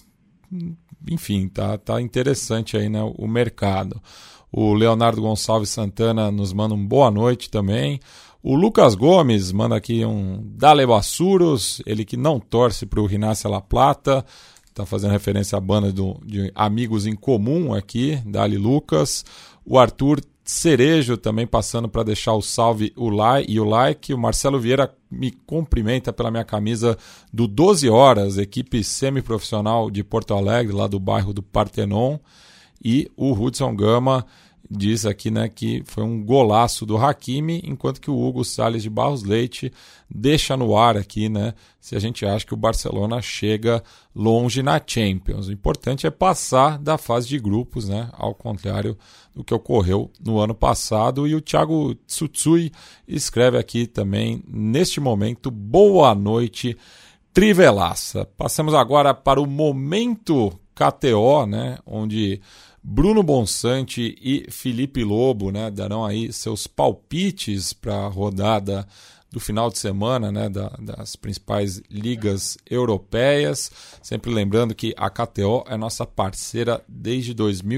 Enfim, tá interessante aí, né, o mercado. O Leonardo Gonçalves Santana nos manda um boa noite também. O Lucas Gomes manda aqui um Dale Bassuros, ele que não torce para o Rinácia La Plata. Está fazendo referência à banda de amigos em comum aqui, Dali Lucas. O Arthur Cerejo também passando para deixar o salve e o like. O Marcelo Vieira me cumprimenta pela minha camisa do 12 Horas, equipe semiprofissional de Porto Alegre, lá do bairro do Partenon. E o Hudson Gama diz aqui, né, que foi um golaço do Hakimi, enquanto que o Hugo Salles de Barros Leite deixa no ar aqui, né, se a gente acha que o Barcelona chega longe na Champions. O importante é passar da fase de grupos, né, ao contrário do que ocorreu no ano passado. E o Thiago Tsutsui escreve aqui também, neste momento, boa noite, Trivelaça. Passamos agora para o momento KTO, né, onde Bruno Bonsante e Felipe Lobo, né, darão aí seus palpites para a rodada do final de semana, né, das principais ligas europeias. Sempre lembrando que a KTO é nossa parceira desde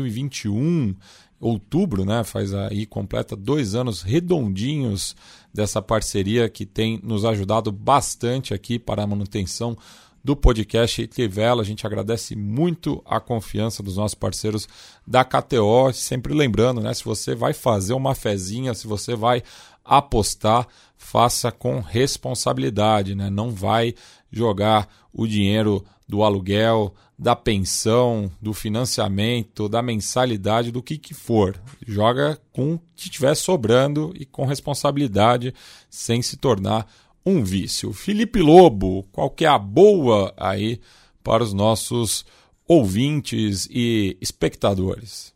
2021, outubro, né, faz aí, completa 2 anos redondinhos dessa parceria que tem nos ajudado bastante aqui para a manutenção do podcast Trivela. A gente agradece muito a confiança dos nossos parceiros da KTO, sempre lembrando, né, se você vai fazer uma fezinha, se você vai apostar, faça com responsabilidade, né? Não vai jogar o dinheiro do aluguel, da pensão, do financiamento, da mensalidade, do que for. Joga com o que estiver sobrando e com responsabilidade, sem se tornar um vício. Felipe Lobo, qual que é a boa aí para os nossos ouvintes e espectadores?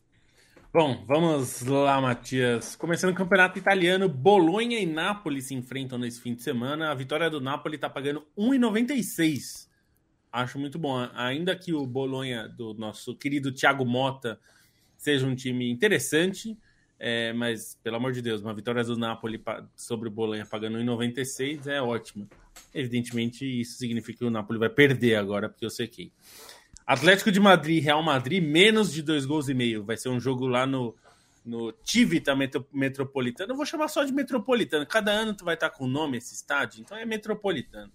Bom, vamos lá, Matias. Começando o campeonato italiano, Bolonha e Napoli se enfrentam nesse fim de semana. A vitória do Napoli está pagando 1,96. Acho muito bom. Ainda que o Bolonha, do nosso querido Thiago Motta, seja um time interessante, mas, pelo amor de Deus, uma vitória do Napoli sobre o Bolonha pagando 1,96 é ótima. Evidentemente, isso significa que o Napoli vai perder agora, porque eu sequei. Atlético de Madrid, Real Madrid, menos de 2,5 gols. Vai ser um jogo lá no Civita Metropolitano. Eu vou chamar só de Metropolitano. Cada ano tu vai estar com o nome esse estádio, então é Metropolitano.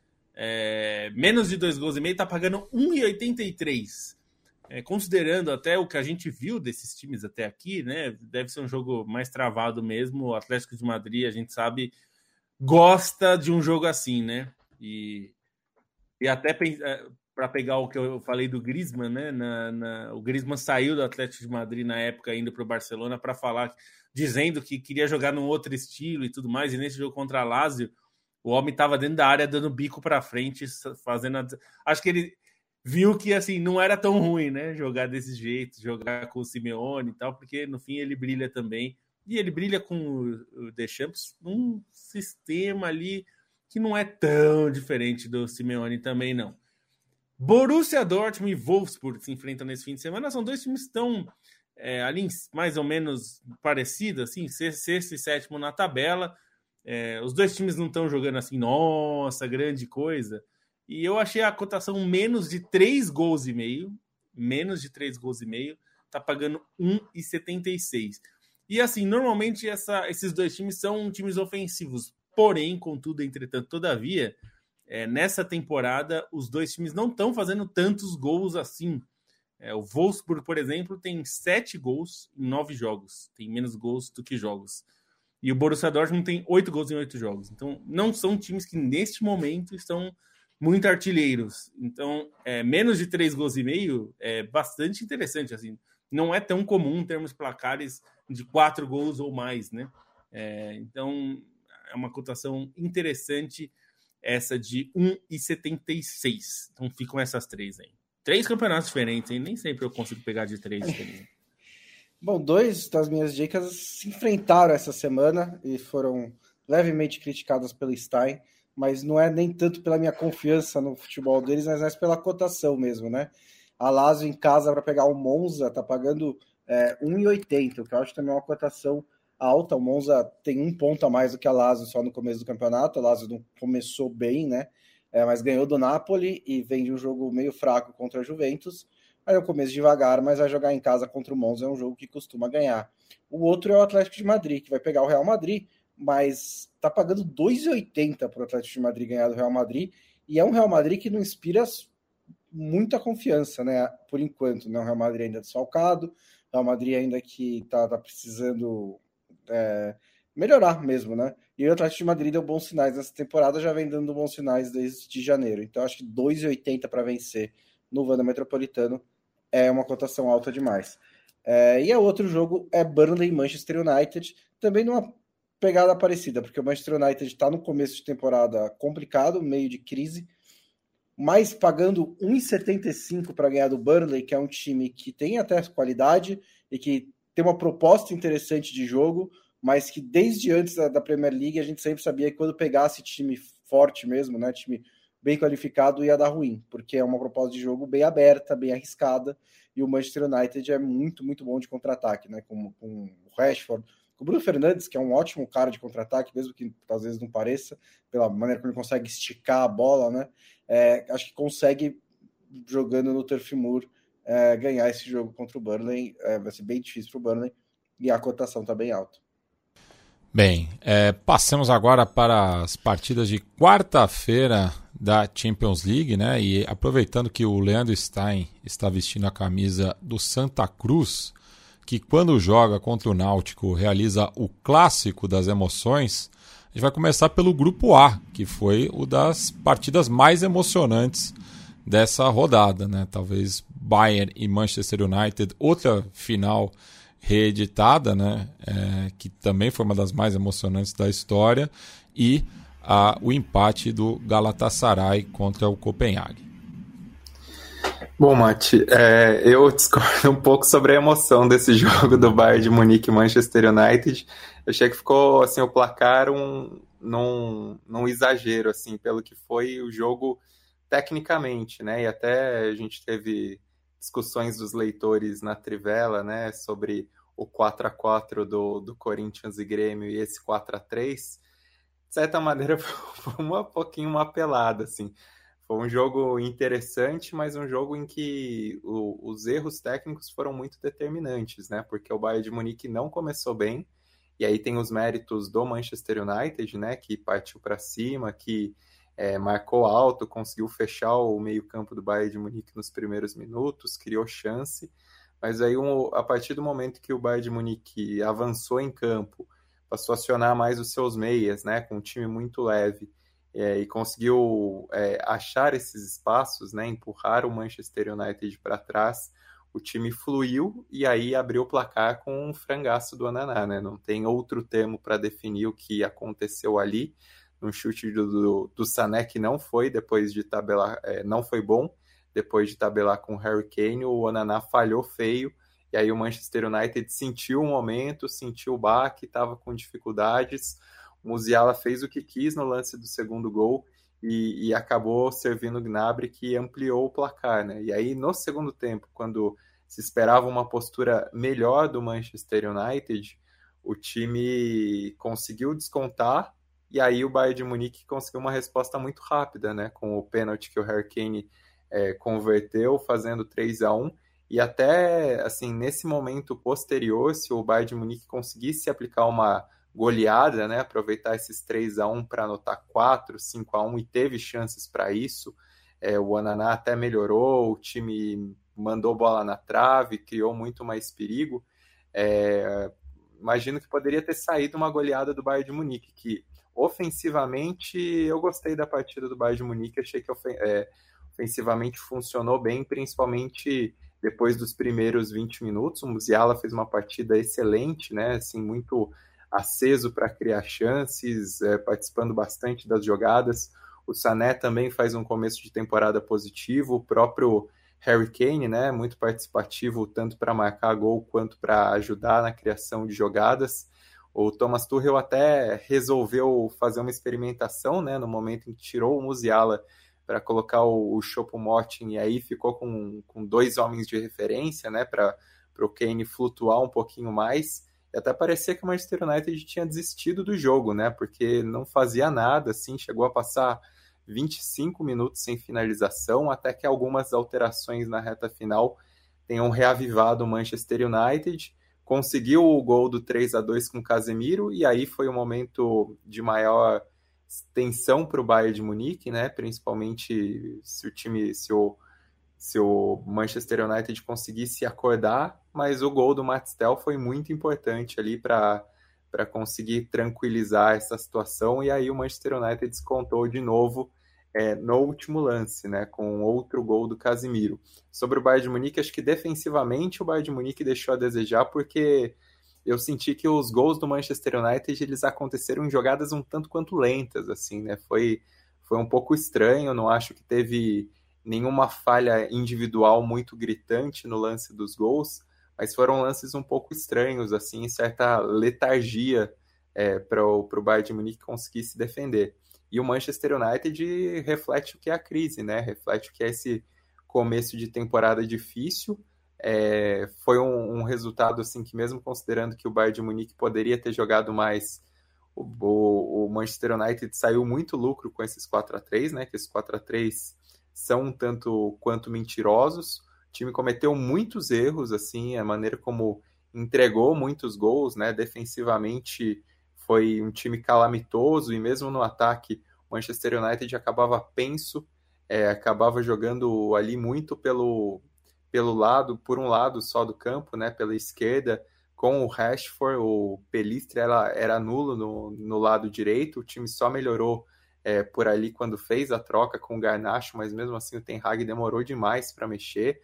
Menos de 2,5 gols, tá pagando 1,83. Considerando até o que a gente viu desses times até aqui, né? Deve ser um jogo mais travado mesmo. O Atlético de Madrid, a gente sabe, gosta de um jogo assim, né? E até para pegar o que eu falei do Griezmann, né? O Griezmann saiu do Atlético de Madrid na época, indo para o Barcelona, para falar, dizendo que queria jogar num outro estilo e tudo mais. E nesse jogo contra a Lazio, o homem estava dentro da área dando bico para frente, fazendo. Acho que ele viu que assim não era tão ruim, né? Jogar desse jeito, jogar com o Simeone e tal, porque no fim ele brilha também. E ele brilha com o Deschamps num sistema ali que não é tão diferente do Simeone também, não. Borussia Dortmund e Wolfsburg se enfrentam nesse fim de semana. São dois times que estão ali mais ou menos parecidos, assim, sexto e sétimo na tabela. Os dois times não estão jogando assim, nossa, grande coisa. E eu achei a cotação menos de 3 gols e meio. Menos de 3 gols e meio. Tá pagando 1,76. E assim, normalmente esses dois times são times ofensivos. Porém, contudo, entretanto, todavia, nessa temporada, os dois times não estão fazendo tantos gols assim. O Wolfsburg, por exemplo, tem 7 gols em 9 jogos. Tem menos gols do que jogos. E o Borussia Dortmund tem 8 gols em 8 jogos. Então, não são times que, neste momento, estão muito artilheiros. Então, menos de 3 gols e meio é bastante interessante. Assim. Não é tão comum termos placares de 4 gols ou mais, né? Então, é uma cotação interessante essa de 1,76. Então, ficam essas 3 aí. 3 campeonatos diferentes, hein? Nem sempre eu consigo pegar de 3 diferentes. Bom, 2 das minhas dicas se enfrentaram essa semana e foram levemente criticadas pelo Stein, mas não é nem tanto pela minha confiança no futebol deles, mas mais pela cotação mesmo, né? A Lazio em casa para pegar o Monza tá pagando 1,80, o que eu acho também uma cotação alta. O Monza tem 1 ponto a mais do que a Lazio só no começo do campeonato. A Lazio não começou bem, né? Mas ganhou do Napoli e vem de um jogo meio fraco contra a Juventus. Aí eu começo devagar, mas vai jogar em casa contra o Monza, é um jogo que costuma ganhar. O outro é o Atlético de Madrid, que vai pegar o Real Madrid, mas tá pagando 2,80 para o Atlético de Madrid ganhar do Real Madrid, e é um Real Madrid que não inspira muita confiança, né? Por enquanto, né? O Real Madrid ainda desfalcado, o Real Madrid ainda que tá precisando melhorar mesmo, né? E o Atlético de Madrid deu bons sinais nessa temporada, já vem dando bons sinais desde janeiro. Então, acho que 2,80 para vencer no Wanda Metropolitano é uma cotação alta demais. E o outro jogo é Burnley e Manchester United, também numa pegada parecida, porque o Manchester United está no começo de temporada complicado, meio de crise, mas pagando 1,75 para ganhar do Burnley, que é um time que tem até qualidade e que tem uma proposta interessante de jogo, mas que desde antes da Premier League a gente sempre sabia que quando pegasse time forte mesmo, né, time bem qualificado, ia dar ruim, porque é uma proposta de jogo bem aberta, bem arriscada, e o Manchester United é muito, muito bom de contra-ataque, né, com o Rashford, com o Bruno Fernandes, que é um ótimo cara de contra-ataque, mesmo que às vezes não pareça, pela maneira como ele consegue esticar a bola, né, acho que consegue, jogando no Turf Moor, ganhar esse jogo contra o Burnley. Vai ser bem difícil para o Burnley, e a cotação está bem alta. Bem, passamos agora para as partidas de quarta-feira da Champions League, né? E aproveitando que o Leandro Stein está vestindo a camisa do Santa Cruz, que quando joga contra o Náutico realiza o clássico das emoções, a gente vai começar pelo Grupo A, que foi uma das partidas mais emocionantes dessa rodada, né? Talvez Bayern e Manchester United, outra final reeditada, né? Que também foi uma das mais emocionantes da história, e o empate do Galatasaray contra o Copenhague. Bom, Mati, eu discordo um pouco sobre a emoção desse jogo do Bayern de Munique e Manchester United. Eu achei que ficou assim, o placar num exagero, assim, pelo que foi o jogo tecnicamente, né? E até a gente teve discussões dos leitores na Trivela, né, sobre o 4-4 do Corinthians e Grêmio e esse 4-3, de certa maneira foi um pouquinho uma pelada, assim. Foi um jogo interessante, mas um jogo em que os erros técnicos foram muito determinantes, né, porque o Bayern de Munique não começou bem, e aí tem os méritos do Manchester United, né, que partiu para cima, que marcou alto, conseguiu fechar o meio-campo do Bayern de Munique nos primeiros minutos, criou chance, mas aí a partir do momento que o Bayern de Munique avançou em campo, passou a acionar mais os seus meias, né, com um time muito leve, e conseguiu achar esses espaços, né, empurrar o Manchester United para trás, o time fluiu e aí abriu o placar com um frangaço do Onaná, né? Não tem outro termo para definir o que aconteceu ali. Um chute do Sané que não foi depois de tabelar, não foi bom depois de tabelar com o Harry Kane, o Onaná falhou feio, e aí o Manchester United sentiu o momento, sentiu o baque, estava com dificuldades, o Musiala fez o que quis no lance do segundo gol, e acabou servindo o Gnabry, que ampliou o placar, né? E aí no segundo tempo, quando se esperava uma postura melhor do Manchester United, o time conseguiu descontar, e aí o Bayern de Munique conseguiu uma resposta muito rápida, né, com o pênalti que o Harry Kane converteu, fazendo 3-1, e até, assim, nesse momento posterior, se o Bayern de Munique conseguisse aplicar uma goleada, né, aproveitar esses 3-1 para anotar 4, 5-1, e teve chances para isso, o Onaná até melhorou, o time mandou bola na trave, criou muito mais perigo. Imagino que poderia ter saído uma goleada do Bayern de Munique, que ofensivamente eu gostei da partida do Bayern de Munique, achei que ofensivamente funcionou bem, principalmente depois dos primeiros 20 minutos. O Musiala fez uma partida excelente, né, assim, muito aceso para criar chances, participando bastante das jogadas. O Sané também faz um começo de temporada positivo, o próprio Harry Kane, né, muito participativo tanto para marcar gol quanto para ajudar na criação de jogadas. O Thomas Tuchel até resolveu fazer uma experimentação, né, no momento em que tirou o Musiala para colocar o Choupo-Moting, e aí ficou com 2 homens de referência, né, para o Kane flutuar um pouquinho mais. E até parecia que o Manchester United tinha desistido do jogo, né, porque não fazia nada, assim, chegou a passar 25 minutos sem finalização, até que algumas alterações na reta final tenham reavivado o Manchester United. Conseguiu o gol do 3-2 com o Casemiro, e aí foi um momento de maior tensão para o Bayern de Munique, né? Principalmente se o Manchester United conseguisse acordar, mas o gol do Matstel foi muito importante ali para conseguir tranquilizar essa situação, e aí o Manchester United descontou de novo no último lance, né, com outro gol do Casemiro. Sobre o Bayern de Munique, acho que defensivamente o Bayern de Munique deixou a desejar, porque eu senti que os gols do Manchester United eles aconteceram em jogadas um tanto quanto lentas, assim, né? Foi um pouco estranho, não acho que teve nenhuma falha individual muito gritante no lance dos gols, mas foram lances um pouco estranhos, assim, certa letargia para o Bayern de Munique conseguir se defender. E o Manchester United reflete o que é a crise, né? Reflete o que é esse começo de temporada difícil. Foi um resultado assim que, mesmo considerando que o Bayern de Munique poderia ter jogado mais, o Manchester United saiu muito lucro com esses 4-3, né? Que esses 4-3 são um tanto quanto mentirosos. O time cometeu muitos erros, assim, a maneira como entregou muitos gols, né? Defensivamente foi um time calamitoso, e mesmo no ataque o Manchester United acabava penso, acabava jogando ali muito pelo lado, por um lado só do campo, né, pela esquerda, com o Rashford. O Pelistri era nulo no lado direito, o time só melhorou por ali quando fez a troca com o Garnacho, mas mesmo assim o Ten Hag demorou demais para mexer.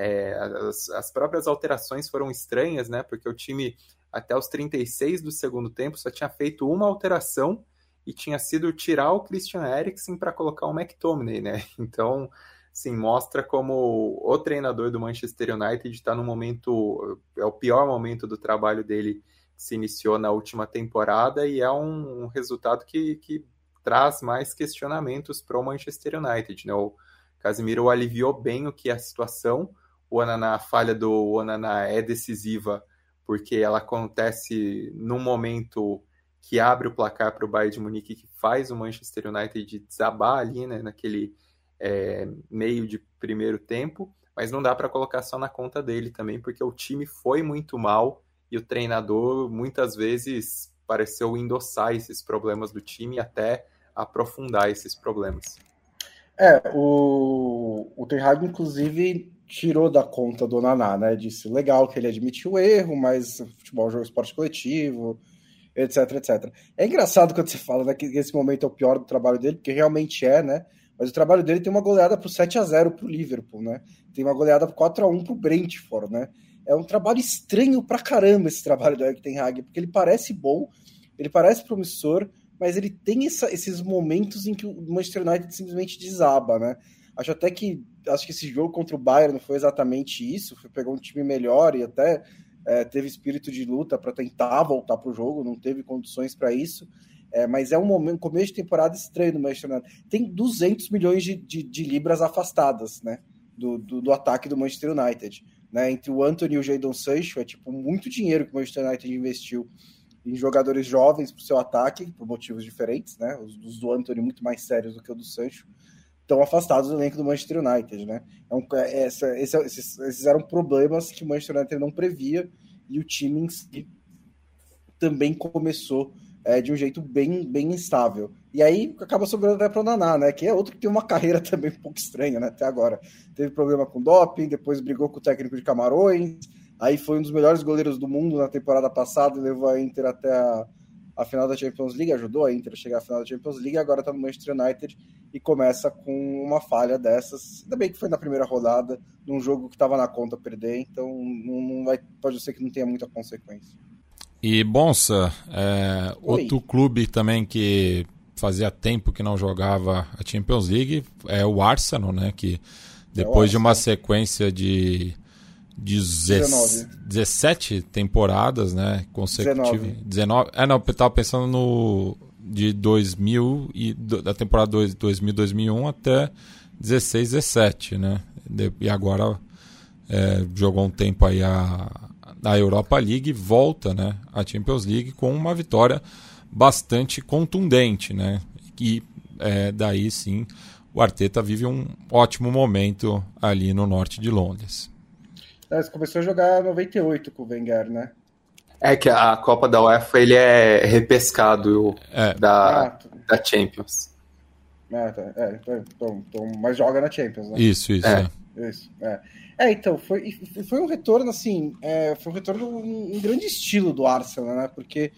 As próprias alterações foram estranhas, né, porque o time até os 36 do segundo tempo só tinha feito uma alteração, e tinha sido tirar o Christian Eriksen para colocar o McTominay, né? Então, assim, mostra como o treinador do Manchester United está no momento, é o pior momento do trabalho dele, que se iniciou na última temporada, e é um resultado que traz mais questionamentos para o Manchester United, né? O Casemiro aliviou bem o que é a situação. A falha do Onaná é decisiva, porque ela acontece num momento que abre o placar para o Bayern de Munique, que faz o Manchester United desabar ali, né, naquele meio de primeiro tempo, mas não dá para colocar só na conta dele também, porque o time foi muito mal, e o treinador muitas vezes pareceu endossar esses problemas do time e até aprofundar esses problemas. O Ten Hag, inclusive, tirou da conta do Onaná, né? Disse legal que ele admitiu o erro, mas futebol é um jogo de esporte coletivo, etc, etc. É engraçado quando você fala, né, que esse momento é o pior do trabalho dele, porque realmente né? Mas o trabalho dele tem uma goleada pro 7-0 pro Liverpool, né? Tem uma goleada 4-1 pro Brentford, né? É um trabalho estranho pra caramba esse trabalho do Erik Ten Hag, porque ele parece bom, ele parece promissor, mas ele tem esses momentos em que o Manchester United simplesmente desaba, né? Acho que esse jogo contra o Bayern não foi exatamente isso, pegou um time melhor e até teve espírito de luta para tentar voltar para o jogo, não teve condições para isso, mas é um começo de temporada estranho no Manchester United. Tem 200 milhões de libras afastadas, né, do ataque do Manchester United, né, entre o Antony e o Jadon Sancho, muito dinheiro que o Manchester United investiu em jogadores jovens para o seu ataque, por motivos diferentes, né? Os do Antony muito mais sérios do que o do Sancho, estão afastados do elenco do Manchester United, né? Esses eram problemas que o Manchester United não previa, e o time em si também começou de um jeito bem instável. E aí acaba sobrando até para o Naná, né? Que é outro que tem uma carreira também um pouco estranha, né? Até agora. Teve problema com doping, depois brigou com o técnico de Camarões, aí foi um dos melhores goleiros do mundo na temporada passada e levou a Inter até a final da Champions League, ajudou a Inter a chegar à final da Champions League, e agora está no Manchester United e começa com uma falha dessas. Ainda bem que foi na primeira rodada, num jogo que estava na conta perder, então pode ser que não tenha muita consequência. E, Bonsa, outro clube também que fazia tempo que não jogava a Champions League é o Arsenal, né? Que depois de uma sequência de 17 temporadas, né, consecutivas. 19. Não, eu estava pensando de 2000 da temporada 2000-2001 até 16-17, né? E agora jogou um tempo aí a Europa League, volta, né, a Champions League com uma vitória bastante contundente, né? E daí sim o Arteta vive um ótimo momento ali no norte de Londres. Você começou a jogar 98 com o Wenger, né? É que a Copa da UEFA ele é repescado da Champions. Então, mas joga na Champions, né? Isso. Então, foi um retorno, assim, foi um retorno em grande estilo do Arsenal, né? Porque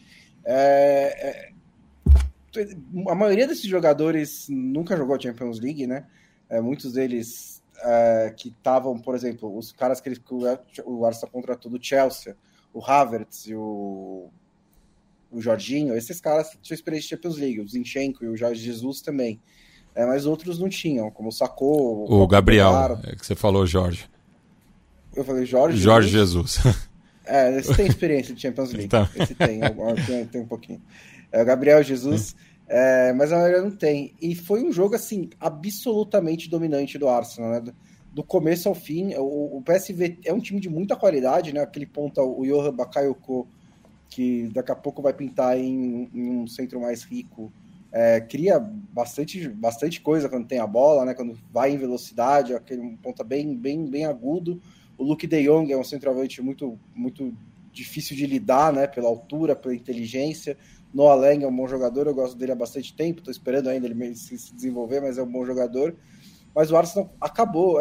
a maioria desses jogadores nunca jogou a Champions League, né? Muitos deles que estavam, por exemplo, os caras que o Arsenal contratou do Chelsea, o Havertz e o Jorginho, esses caras tinham experiência de Champions League, o Zinchenko e o Jorge Jesus também. Mas outros não tinham, como o Sacco, o Gabriel, que você falou, Jorge. Eu falei Jorge Jesus. Esse tem experiência de Champions League. Então. Esse tem um pouquinho. O Gabriel Jesus, mas a maioria não tem. E foi um jogo, assim, absolutamente dominante do Arsenal, né? Do começo ao fim. O PSV é um time de muita qualidade, né? Aquele ponta, o Johan Bakayoko, que daqui a pouco vai pintar em um centro mais rico, cria bastante coisa quando tem a bola, né? Quando vai em velocidade, aquele ponta bem agudo. O Luke de Jong é um centroavante muito, muito difícil de lidar, né? Pela altura, pela inteligência. Noah Lang é um bom jogador, eu gosto dele há bastante tempo, estou esperando ainda ele se desenvolver, mas é um bom jogador. Mas o Arsenal acabou,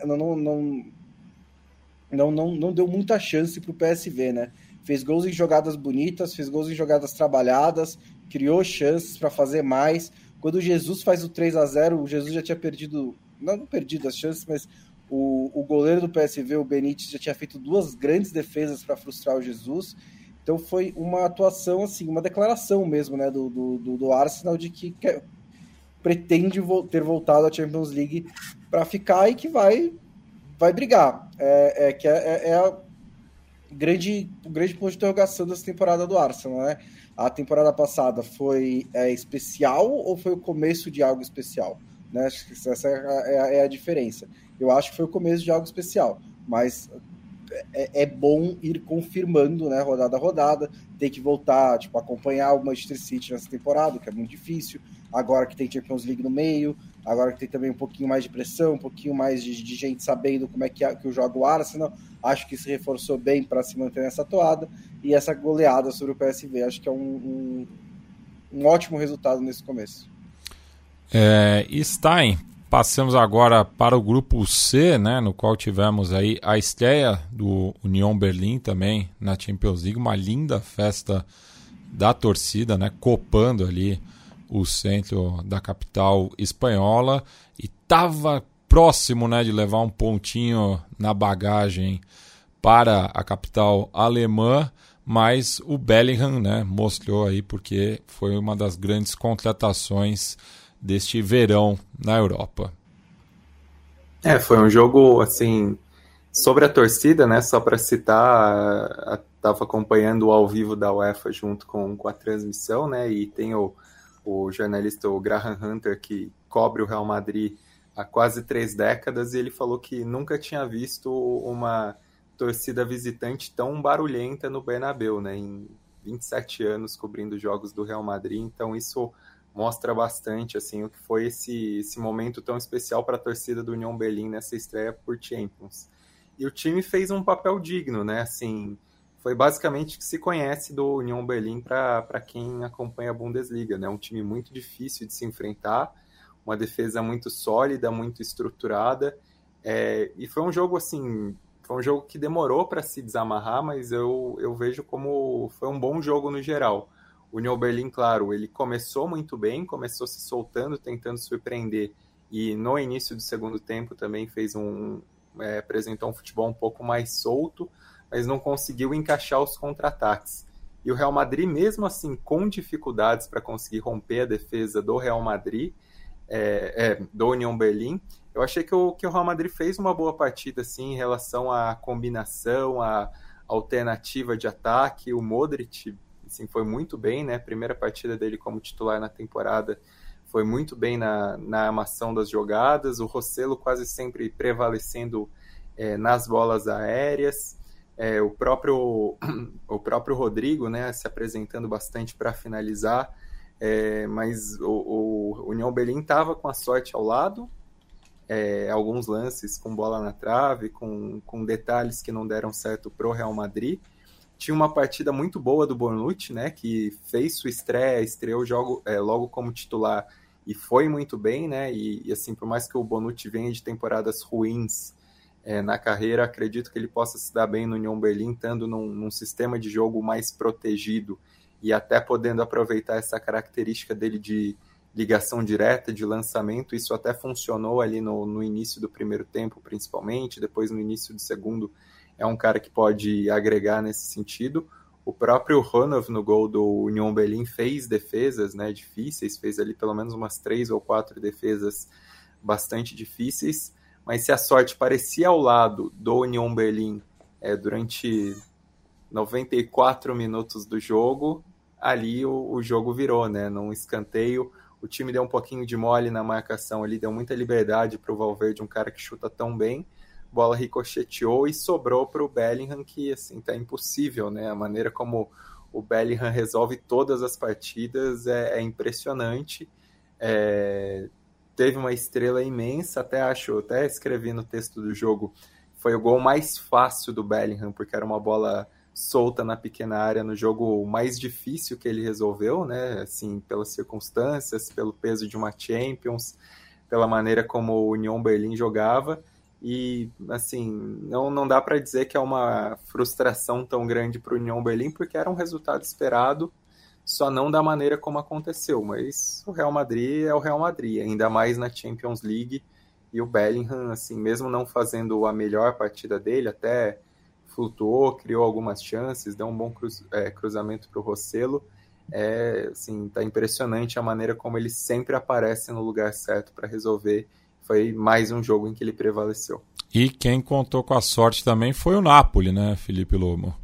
não deu muita chance para o PSV, né? Fez gols em jogadas bonitas, fez gols em jogadas trabalhadas, criou chances para fazer mais. Quando o Jesus faz o 3-0, o Jesus já tinha não perdido as chances, mas o goleiro do PSV, o Benítez, já tinha feito 2 grandes defesas para frustrar o Jesus. Então foi uma atuação, assim, uma declaração mesmo, né, do Arsenal de que pretende ter voltado à Champions League para ficar e que vai brigar. O grande ponto de interrogação dessa temporada do Arsenal, né? A temporada passada foi especial ou foi o começo de algo especial? Né? Acho que essa é a diferença. Eu acho que foi o começo de algo especial, mas é bom ir confirmando, né, rodada a rodada, ter que voltar, acompanhar o Manchester City nessa temporada, que é muito difícil, agora que tem Champions League no meio, agora que tem também um pouquinho mais de pressão, um pouquinho mais de gente sabendo como é que joga o Arsenal, acho que se reforçou bem para se manter nessa toada, e essa goleada sobre o PSV, acho que é um ótimo resultado nesse começo. Stein, passamos agora para o grupo C, né, no qual tivemos aí a estreia do Union Berlin também na Champions League, uma linda festa da torcida, né, copando ali o centro da capital espanhola, e estava próximo, né, de levar um pontinho na bagagem para a capital alemã, mas o Bellingham, né, mostrou aí porque foi uma das grandes contratações deste verão na Europa. Foi um jogo, assim, sobre a torcida, né, só para citar, estava acompanhando o ao vivo da UEFA junto com a transmissão, né, e tem o jornalista o Graham Hunter, que cobre o Real Madrid há quase 3 décadas, e ele falou que nunca tinha visto uma torcida visitante tão barulhenta no Bernabéu, né, em 27 anos cobrindo jogos do Real Madrid, então isso mostra bastante assim, o que foi esse momento tão especial para a torcida do Union Berlin nessa estreia por Champions. E o time fez um papel digno, né? Assim, foi basicamente o que se conhece do Union Berlin para quem acompanha a Bundesliga, né? Um time muito difícil de se enfrentar, uma defesa muito sólida, muito estruturada, e foi um jogo assim, foi um jogo que demorou para se desamarrar, mas eu vejo como foi um bom jogo no geral. O Union Berlin, claro, ele começou muito bem, começou se soltando, tentando surpreender, e no início do segundo tempo também apresentou um futebol um pouco mais solto, mas não conseguiu encaixar os contra-ataques. E o Real Madrid, mesmo assim, com dificuldades para conseguir romper a defesa do Real Madrid, do Union Berlin, eu achei que o Real Madrid fez uma boa partida assim, em relação à combinação, à alternativa de ataque. O Modric assim, foi muito bem, né? Primeira partida dele como titular na temporada, foi muito bem na armação das jogadas. O Rossello quase sempre prevalecendo nas bolas aéreas. O próprio Rodrigo, né, se apresentando bastante para finalizar. Mas o Union Berlin estava com a sorte ao lado, alguns lances com bola na trave, com detalhes que não deram certo para o Real Madrid. Tinha uma partida muito boa do Bonucci, né, que fez sua estreou o jogo logo como titular e foi muito bem, né, e assim, por mais que o Bonucci venha de temporadas ruins na carreira, acredito que ele possa se dar bem no Union Berlin, estando num sistema de jogo mais protegido e até podendo aproveitar essa característica dele de ligação direta, de lançamento. Isso até funcionou ali no início do primeiro tempo, principalmente, depois no início do segundo, é um cara que pode agregar nesse sentido. O próprio Ronov, no gol do Union Berlin, fez defesas, né, difíceis, fez ali pelo menos umas 3 ou 4 defesas bastante difíceis, mas se a sorte parecia ao lado do Union Berlin durante 94 minutos do jogo, ali o jogo virou, né? Num escanteio, o time deu um pouquinho de mole na marcação ali, deu muita liberdade para o Valverde, um cara que chuta tão bem, bola ricocheteou e sobrou para o Bellingham, que assim, tá impossível, né? A maneira como o Bellingham resolve todas as partidas é impressionante. Teve uma estrela imensa, até escrevi no texto do jogo, foi o gol mais fácil do Bellingham, porque era uma bola solta na pequena área no jogo mais difícil que ele resolveu, né? Assim, pelas circunstâncias, pelo peso de uma Champions, pela maneira como o Union Berlin jogava. E, assim, não dá para dizer que é uma frustração tão grande para o Union Berlin, porque era um resultado esperado, só não da maneira como aconteceu. Mas o Real Madrid é o Real Madrid, ainda mais na Champions League. E o Bellingham, assim, mesmo não fazendo a melhor partida dele, até flutuou, criou algumas chances, deu um bom cruzamento para o Rossello. Assim, tá impressionante a maneira como ele sempre aparece no lugar certo para resolver. Foi mais um jogo em que ele prevaleceu. E quem contou com a sorte também foi o Napoli, né, Felipe Lobo?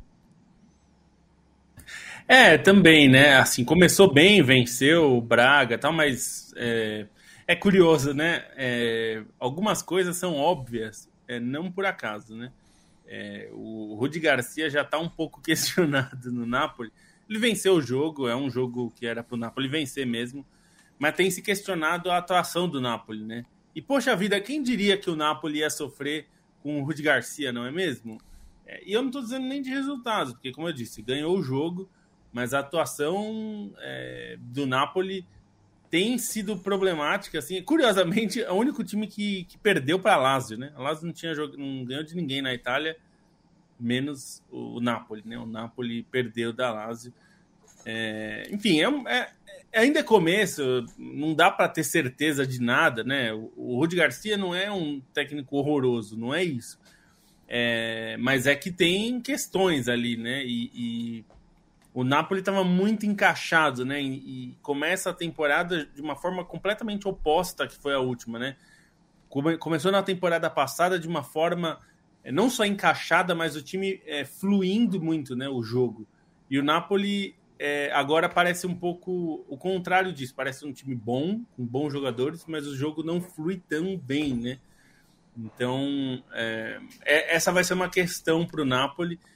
Também, né? Assim, começou bem, venceu o Braga e tal, mas é curioso, né? Algumas coisas são óbvias, não por acaso, né? O Rudi Garcia já está um pouco questionado no Napoli. Ele venceu o jogo, é um jogo que era para o Napoli vencer mesmo, mas tem se questionado a atuação do Napoli, né? E, poxa vida, quem diria que o Napoli ia sofrer com o Rudi Garcia, não é mesmo? E eu não estou dizendo nem de resultados, porque, como eu disse, ganhou o jogo, mas a atuação do Napoli tem sido problemática. Assim, curiosamente, é o único time que perdeu para a Lazio, né? A Lazio não ganhou de ninguém na Itália, menos o Napoli, né? O Napoli perdeu da Lazio. Enfim, ainda é começo, não dá para ter certeza de nada, né? O Rudi Garcia não é um técnico horroroso, não é isso. Mas é que tem questões ali, né? E o Napoli estava muito encaixado, né? E começa a temporada de uma forma completamente oposta que foi a última, né? Começou na temporada passada de uma forma não só encaixada, mas o time fluindo muito, né? O jogo. E o Napoli agora parece um pouco o contrário disso. Parece um time bom, com bons jogadores, mas o jogo não flui tão bem, né? Então, essa vai ser uma questão para o Napoli.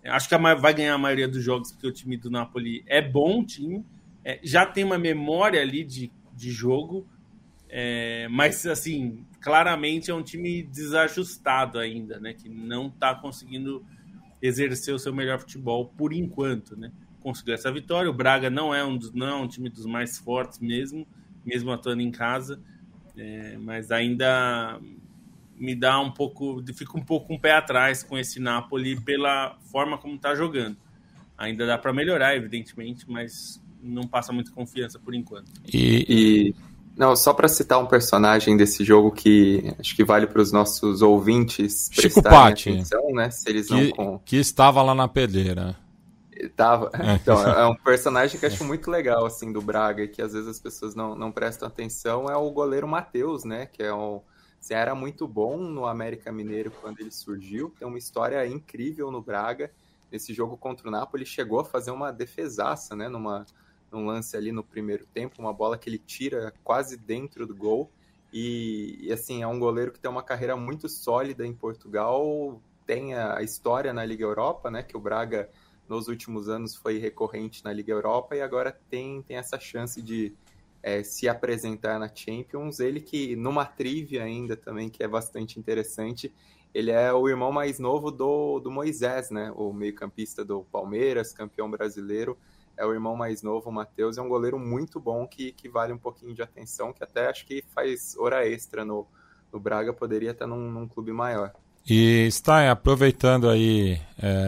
Acho que vai ganhar a maioria dos jogos, porque o time do Napoli é bom time, já tem uma memória ali de jogo, mas, assim, claramente é um time desajustado ainda, né? Que não está conseguindo exercer o seu melhor futebol por enquanto, né? Conseguiu essa vitória. O Braga não é um time dos mais fortes mesmo atuando em casa, mas ainda me dá um pouco, fica um pouco um pé atrás com esse Napoli pela forma como está jogando. Ainda dá para melhorar, evidentemente, mas não passa muita confiança por enquanto. Não, só para citar um personagem desse jogo que acho que vale para os nossos ouvintes prestarem atenção, né? Se eles que estava lá na pedreira. Tava. Então, é um personagem que eu acho muito legal, assim, do Braga, e que às vezes as pessoas não prestam atenção, é o goleiro Matheus, né? Que era muito bom no América Mineiro quando ele surgiu, tem uma história incrível no Braga. Nesse jogo contra o Napoli, chegou a fazer uma defesaça, né? Num lance ali no primeiro tempo, uma bola que ele tira quase dentro do gol. E assim, é um goleiro que tem uma carreira muito sólida em Portugal, tem a história na Liga Europa, né? Que o Braga nos últimos anos foi recorrente na Liga Europa e agora tem essa chance de se apresentar na Champions. Ele que, numa trivia ainda também, que é bastante interessante, ele é o irmão mais novo do Moisés, né? O meio-campista do Palmeiras, campeão brasileiro. É o irmão mais novo, o Matheus, é um goleiro muito bom que vale um pouquinho de atenção, que até acho que faz hora extra no Braga, poderia estar num clube maior. E está aproveitando aí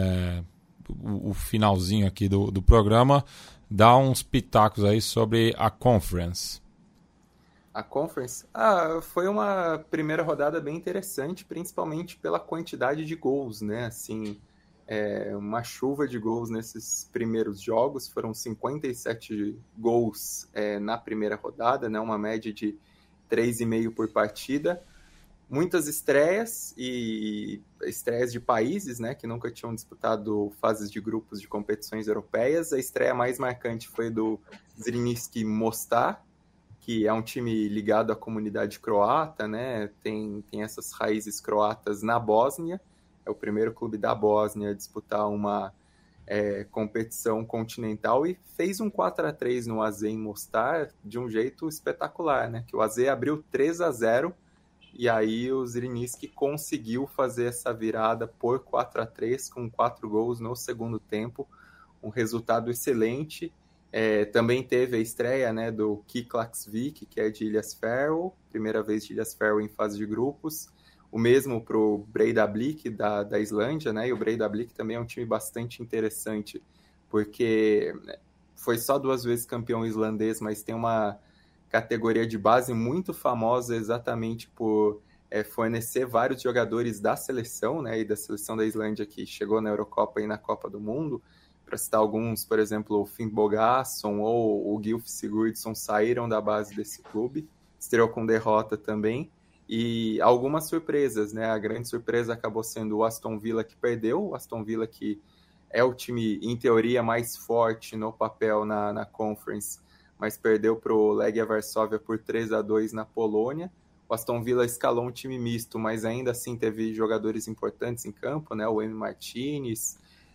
o finalzinho aqui do programa, dá uns pitacos aí sobre a Conference. A Conference? Foi uma primeira rodada bem interessante, principalmente pela quantidade de gols, né? Assim, uma chuva de gols nesses primeiros jogos, foram 57 gols na primeira rodada, né? Uma média de 3,5 por partida. Muitas estreias, e estreias de países, né, que nunca tinham disputado fases de grupos de competições europeias. A estreia mais marcante foi do Zrinjski Mostar, que é um time ligado à comunidade croata, né, tem essas raízes croatas na Bósnia, é o primeiro clube da Bósnia a disputar uma competição continental, e fez um 4-3 no AZ em Mostar de um jeito espetacular, né, que o AZ abriu 3-0, e aí o Zrinjski conseguiu fazer essa virada por 4-3 com 4 gols no segundo tempo, um resultado excelente. Também teve a estreia, né, do Kiklaksvik, que é de Ilhas Faroe, primeira vez de Ilhas Faroe em fase de grupos, o mesmo para o Breiðablik da Islândia, né, e o Breiðablik também é um time bastante interessante, porque foi só 2 vezes campeão islandês, mas tem uma categoria de base muito famosa exatamente por fornecer vários jogadores da seleção, né, e da seleção da Islândia que chegou na Eurocopa e na Copa do Mundo. Para citar alguns, por exemplo, o Finn Bogason ou o Gylfi Sigurdsson saíram da base desse clube, estreou com derrota também, e algumas surpresas, né, a grande surpresa acabou sendo o Aston Villa, que perdeu, o Aston Villa que é o time, em teoria, mais forte no papel na Conference, mas perdeu para o Legia Varsóvia por 3-2 na Polônia. O Aston Villa escalou um time misto, mas ainda assim teve jogadores importantes em campo, né? O Emi Martinez.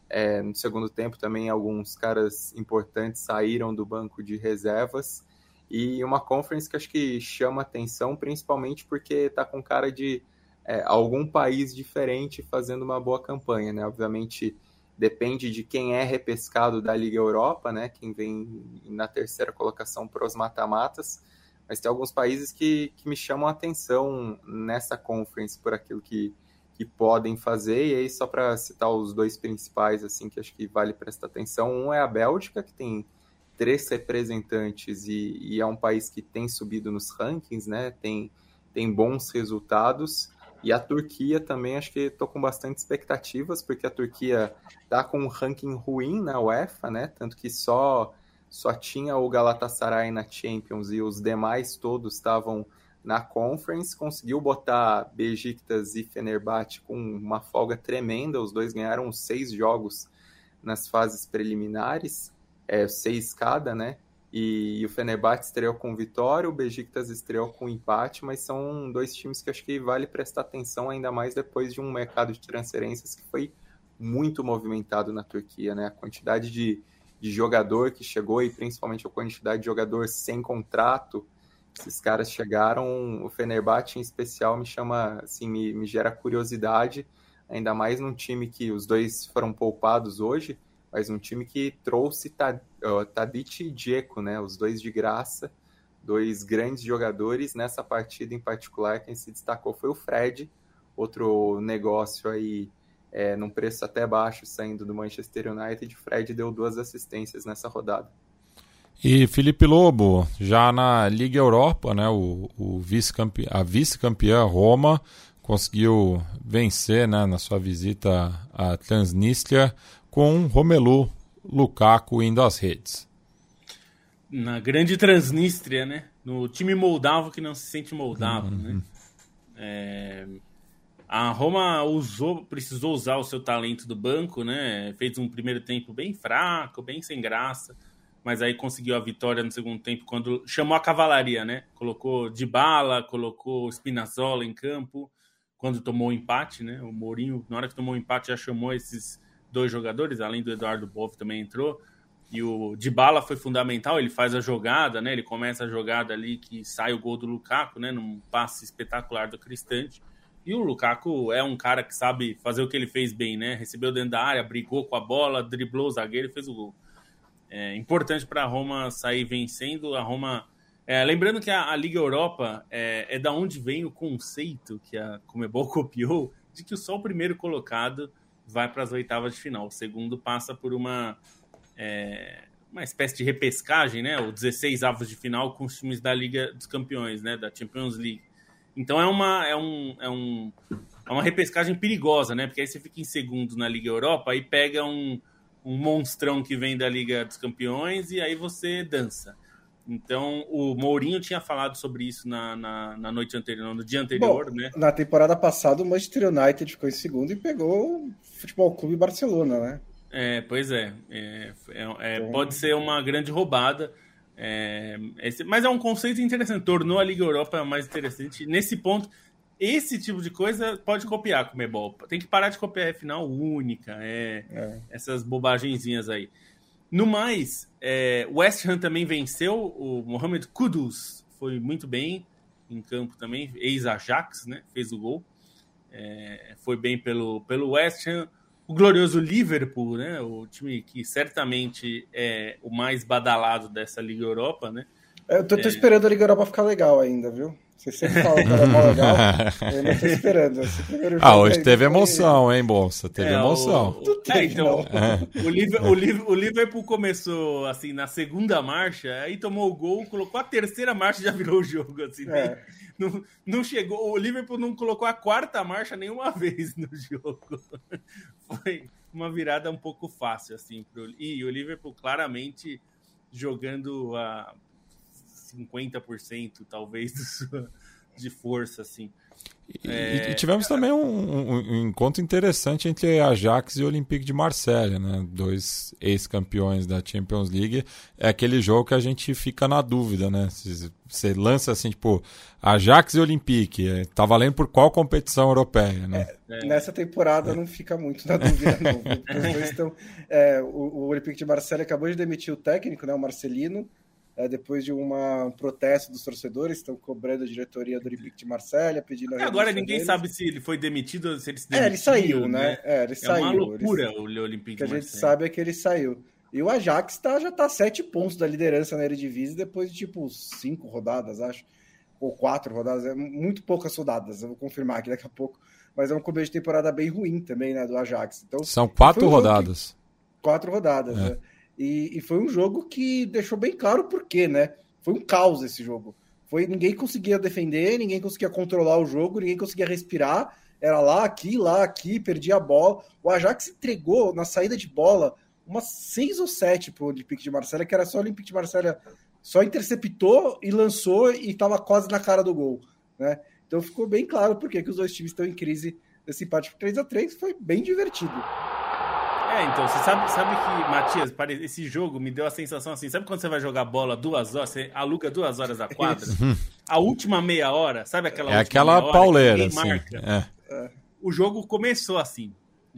No segundo tempo também alguns caras importantes saíram do banco de reservas. E uma Conference que acho que chama atenção, principalmente porque está com cara de algum país diferente fazendo uma boa campanha, né? Obviamente depende de quem é repescado da Liga Europa, né? Quem vem na terceira colocação para os mata-matas, mas tem alguns países que me chamam a atenção nessa Conference por aquilo que podem fazer. E aí, só para citar os 2 principais, assim, que acho que vale prestar atenção, um é a Bélgica, que tem 3 representantes e é um país que tem subido nos rankings, né? Tem bons resultados. E a Turquia também, acho que estou com bastante expectativas, porque a Turquia está com um ranking ruim na UEFA, né? Tanto que só tinha o Galatasaray na Champions e os demais todos estavam na Conference. Conseguiu botar Beşiktaş e Fenerbahçe com uma folga tremenda, os dois ganharam 6 jogos nas fases preliminares, 6 cada, né? E o Fenerbahçe estreou com vitória, o Beşiktaş estreou com empate, mas são 2 times que acho que vale prestar atenção, ainda mais depois de um mercado de transferências que foi muito movimentado na Turquia, né? A quantidade de jogador que chegou e principalmente a quantidade de jogador sem contrato, esses caras chegaram, o Fenerbahçe em especial me chama, assim, me gera curiosidade, ainda mais num time que os dois foram poupados hoje, mas um time que trouxe Tadic e Dzeko, né? Os dois de graça, dois grandes jogadores. Nessa partida em particular, quem se destacou foi o Fred, outro negócio aí num preço até baixo, saindo do Manchester United. O Fred deu 2 assistências nessa rodada. E Felipe Lobo, já na Liga Europa, né, a vice-campeã Roma conseguiu vencer, né, na sua visita à Transnistria, com Romelu Lukaku indo às redes. Na grande Transnistria, né? No time moldavo que não se sente moldavo, né? A Roma precisou usar o seu talento do banco, né? Fez um primeiro tempo bem fraco, bem sem graça, mas aí conseguiu a vitória no segundo tempo quando chamou a cavalaria, né? Colocou Dybala, colocou Spinazzola em campo quando tomou o empate, né? O Mourinho, na hora que tomou o empate, já chamou esses 2 jogadores, além do Eduardo Boff também entrou. E o Dybala foi fundamental, ele faz a jogada, né? Ele começa a jogada ali que sai o gol do Lukaku, né? Num passe espetacular do Cristante. E o Lukaku é um cara que sabe fazer o que ele fez bem, né? Recebeu dentro da área, brigou com a bola, driblou o zagueiro e fez o gol. É importante para a Roma sair vencendo. A Roma, lembrando que a Liga Europa é da onde vem o conceito que a Conmebol copiou de que só o primeiro colocado vai para as oitavas de final. O segundo passa por uma espécie de repescagem, né? O 16 avos de final com os times da Liga dos Campeões, né? Da Champions League. Então é uma repescagem perigosa, né? Porque aí você fica em segundo na Liga Europa e pega um monstrão que vem da Liga dos Campeões e aí você dança. Então o Mourinho tinha falado sobre isso na noite anterior, no dia anterior, né? Na temporada passada o Manchester United ficou em segundo e pegou o Futebol Clube Barcelona, né? Pois é. Pode ser uma grande roubada. Mas é um conceito interessante, tornou a Liga Europa mais interessante. Nesse ponto, esse tipo de coisa pode copiar a Conmebol. Tem que parar de copiar a final única, essas bobagenzinhas aí. No mais, o West Ham também venceu, o Mohamed Kudus foi muito bem em campo também, ex-Ajax, né? Fez o gol. Foi bem pelo West Ham. O glorioso Liverpool, né? O time que certamente é o mais badalado dessa Liga Europa, né? Eu tô esperando a Liga Europa ficar legal ainda, viu? Você sempre fala que ela é mó legal. Eu não tô esperando. Hoje teve emoção, hein, Bolsa? Teve emoção. O Liverpool começou assim na segunda marcha, aí tomou o gol, colocou a terceira marcha e já virou o jogo. Assim, não chegou. O Liverpool não colocou a quarta marcha nenhuma vez no jogo. Foi uma virada um pouco fácil, assim. E o Liverpool claramente jogando a 50%, talvez, de força, assim. E tivemos também um encontro interessante entre Ajax e Olympique de Marselha, né? 2 ex-campeões da Champions League. É aquele jogo que a gente fica na dúvida, né? Você lança assim, tipo, Ajax e Olympique, tá valendo por qual competição europeia, né? Nessa temporada não fica muito na dúvida, não. Os dois estão, o Olympique de Marselha acabou de demitir o técnico, né? O Marcelino. Depois de um protesto dos torcedores, estão cobrando a diretoria do Olympique de Marselha, pedindo a agora ninguém sabe se ele foi demitido ou se ele se demitiu. Ele saiu, né? Ele saiu. Uma loucura o Olympique de Marselha. O que a gente sabe é que ele saiu. E o Ajax já tá a 7 pontos da liderança na Eredivisie depois de, 5 rodadas, acho. Ou 4 rodadas. É muito poucas rodadas, eu vou confirmar aqui daqui a pouco. Mas é um começo de temporada bem ruim também, né, do Ajax. Então, são 4 rodadas. 4 rodadas, né? E foi um jogo que deixou bem claro o porquê, né? Foi um caos esse jogo. Ninguém conseguia defender, ninguém conseguia controlar o jogo, ninguém conseguia respirar. Era lá, aqui, perdia a bola. O Ajax entregou na saída de bola umas 6 ou 7 pro Olympique de Marselha, que era só o Olympique de Marselha só interceptou e lançou e estava quase na cara do gol, né? Então ficou bem claro porque que os dois times estão em crise. Esse empate por 3-3 foi bem divertido. Então, você sabe que, Matias, esse jogo me deu a sensação assim, sabe quando você vai jogar bola 2 horas, você aluga 2 horas a quadra? A última meia hora, sabe aquela última aquela meia pauleira, hora que ninguém marca? O jogo começou assim, já.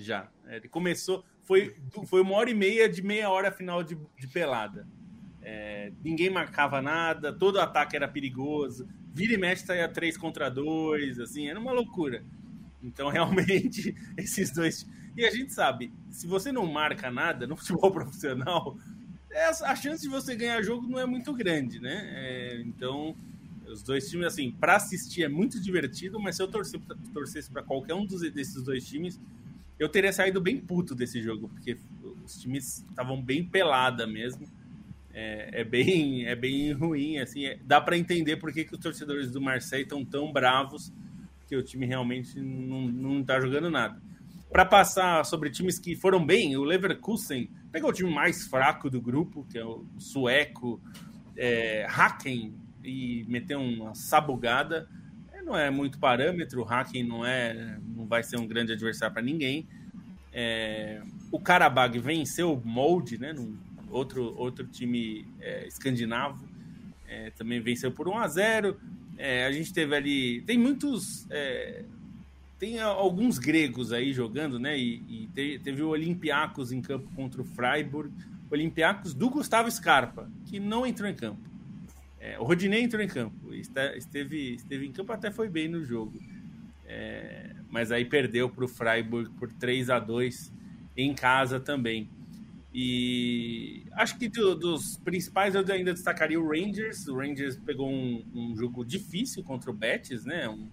Ele começou, foi 1h30 de meia hora final de pelada. Ninguém marcava nada, todo ataque era perigoso, vira e mexe saía 3 contra 2, assim, era uma loucura. Então, realmente, esses dois... E a gente sabe, se você não marca nada no futebol profissional, a chance de você ganhar jogo não é muito grande, né? Então, os dois times, assim, para assistir é muito divertido, mas se eu torcesse para qualquer um desses dois times, eu teria saído bem puto desse jogo, porque os times estavam bem pelada mesmo. É bem ruim, assim, dá para entender por que os torcedores do Marseille estão tão bravos, que o time realmente não está jogando nada. Para passar sobre times que foram bem, o Leverkusen pegou o time mais fraco do grupo, que é o sueco Häcken, e meteu uma sabugada. Não é muito parâmetro, o Häcken não vai ser um grande adversário para ninguém. O Karabag venceu o Molde, né, outro time escandinavo, também venceu por 1-0. A gente teve ali... Tem muitos... tem alguns gregos aí jogando, né? E teve o Olympiacos em campo contra o Freiburg. O Olympiacos do Gustavo Scarpa, que não entrou em campo. O Rodinei entrou em campo. Esteve em campo, até foi bem no jogo. Mas aí perdeu para o Freiburg por 3-2 em casa também. E acho que dos principais eu ainda destacaria o Rangers. O Rangers pegou um jogo difícil contra o Betis, né? Um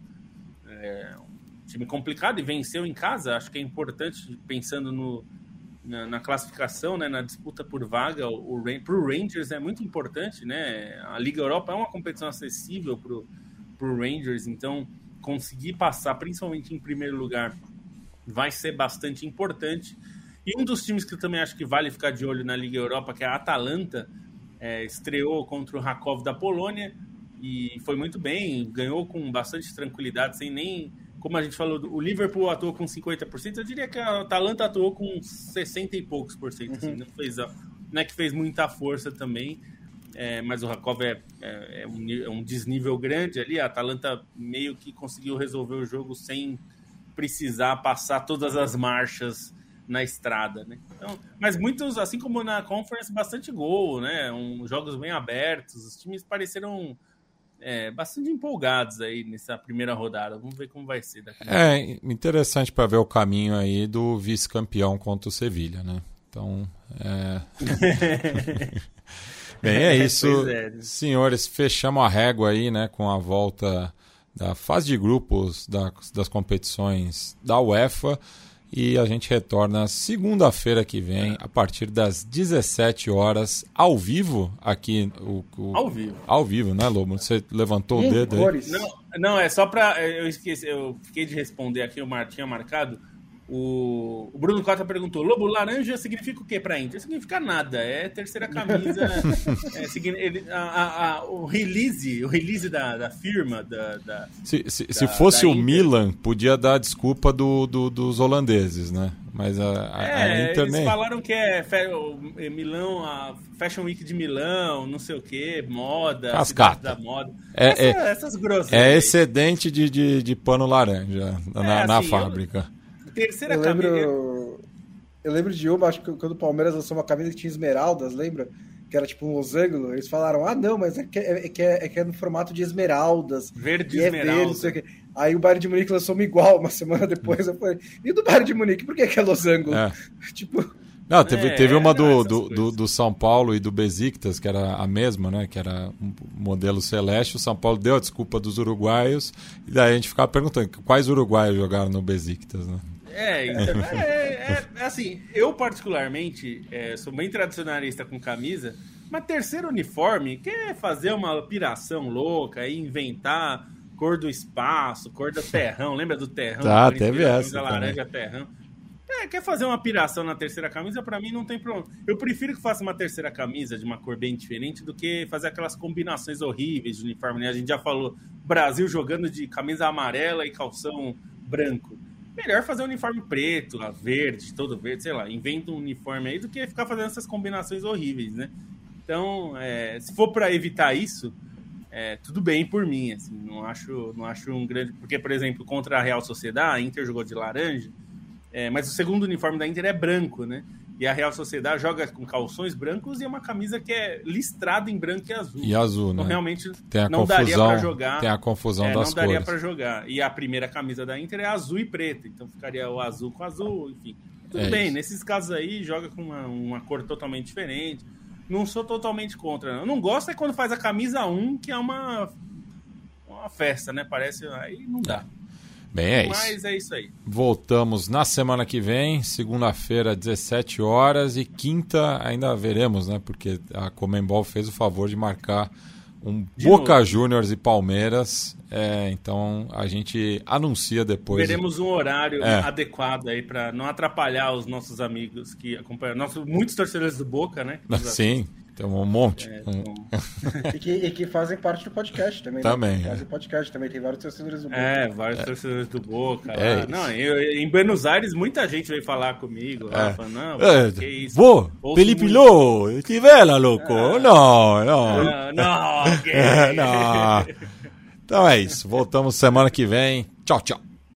time complicado e venceu em casa. Acho que é importante, pensando na classificação, né? Na disputa por vaga. Para o Rangers é muito importante, né? A Liga Europa é uma competição acessível para o Rangers, então conseguir passar, principalmente em primeiro lugar, vai ser bastante importante. E um dos times que eu também acho que vale ficar de olho na Liga Europa, que é a Atalanta, estreou contra o Rakov da Polônia e foi muito bem, ganhou com bastante tranquilidade, sem nem, como a gente falou, o Liverpool atuou com 50%, eu diria que a Atalanta atuou com 60 e poucos por cento, assim, não é que fez muita força também, mas o Rakov é um desnível grande ali. A Atalanta meio que conseguiu resolver o jogo sem precisar passar todas as marchas na estrada, né? Então, mas muitos, assim como na Conference, bastante gol, né? Jogos bem abertos, os times pareceram bastante empolgados aí nessa primeira rodada. Vamos ver como vai ser daqui. Interessante para ver o caminho aí do vice-campeão contra o Sevilha, né? Então, bem, é isso. Senhores, fechamos a régua aí, né, com a volta da fase de grupos das competições da UEFA. E a gente retorna segunda-feira que vem, a partir das 17 horas, ao vivo, aqui. Ao vivo. Ao vivo, né, Lobo? Você levantou o dedo aí? Não, é só para... Eu esqueci, eu fiquei de responder aqui, eu tinha marcado. O Bruno Costa perguntou: Lobo, laranja significa o que para a Inter? Significa nada, é terceira camisa. O release da firma se fosse o Milan, podia dar a desculpa dos holandeses, né? Mas a Inter eles falaram que Milão, a Fashion Week de Milão, não sei o que, moda, cascata da moda. Essas grossas. É excedente de pano laranja na fábrica. Terceira camisa. Eu lembro de uma, acho que quando o Palmeiras lançou uma camisa que tinha esmeraldas, lembra? Que era tipo um losango. Eles falaram: não, mas é que é no formato de esmeraldas. Verde esmeralda. Verde, não sei o quê. Aí o Bayern de Munique lançou uma igual uma semana depois. Eu falei: e do Bayern de Munique, por que é losango? Tipo. Não, teve uma do São Paulo e do Besiktas, que era a mesma, né? Que era um modelo celeste. O São Paulo deu a desculpa dos uruguaios, e daí a gente ficava perguntando quais uruguaios jogaram no Besiktas, né? Assim, eu particularmente sou bem tradicionalista com camisa, mas terceiro uniforme quer fazer uma piração louca e inventar cor do espaço, cor do terrão. Lembra do terrão? Teve essa. Laranja, terrão. Quer fazer uma piração na terceira camisa, pra mim não tem problema. Eu prefiro que faça uma terceira camisa de uma cor bem diferente do que fazer aquelas combinações horríveis de uniforme, né? A gente já falou, Brasil jogando de camisa amarela e calção branco. Melhor fazer um uniforme preto, verde, todo verde, sei lá, inventa um uniforme aí do que ficar fazendo essas combinações horríveis, né? Então, se for para evitar isso, tudo bem por mim, assim, não acho um grande... Porque, por exemplo, contra a Real Sociedad, a Inter jogou de laranja, Mas o segundo uniforme da Inter é branco, né? E a Real Sociedad joga com calções brancos e é uma camisa que é listrada em branco e azul. E azul, então, né? realmente Tem não daria para jogar. Tem a confusão das cores. Não daria para jogar. E a primeira camisa da Inter é azul e preta. Então ficaria o azul com azul, enfim. Tudo bem, isso. Nesses casos aí, joga com uma cor totalmente diferente. Não sou totalmente contra. Eu não gosto é quando faz a camisa 1, que é uma festa, né? Parece... Aí não dá. Bem, é isso. Mas é isso aí. Voltamos na semana que vem, segunda-feira, 17 horas, e quinta ainda veremos, né? Porque a Conmebol fez o favor de marcar Boca Juniors e Palmeiras. Então a gente anuncia depois. Veremos um horário adequado aí para não atrapalhar os nossos amigos que acompanham. Muitos torcedores do Boca, né? Sim. Tem um monte. E que fazem parte do podcast também. Também. Né? Fazem podcast também, tem vários torcedores do Boca. Vários torcedores do Boca. Não, em Buenos Aires, muita gente veio falar comigo. Falando, não, que isso? Vou, Felipe Lô, estivela, louco. Não. Não. Então é isso. Voltamos semana que vem. Tchau, tchau.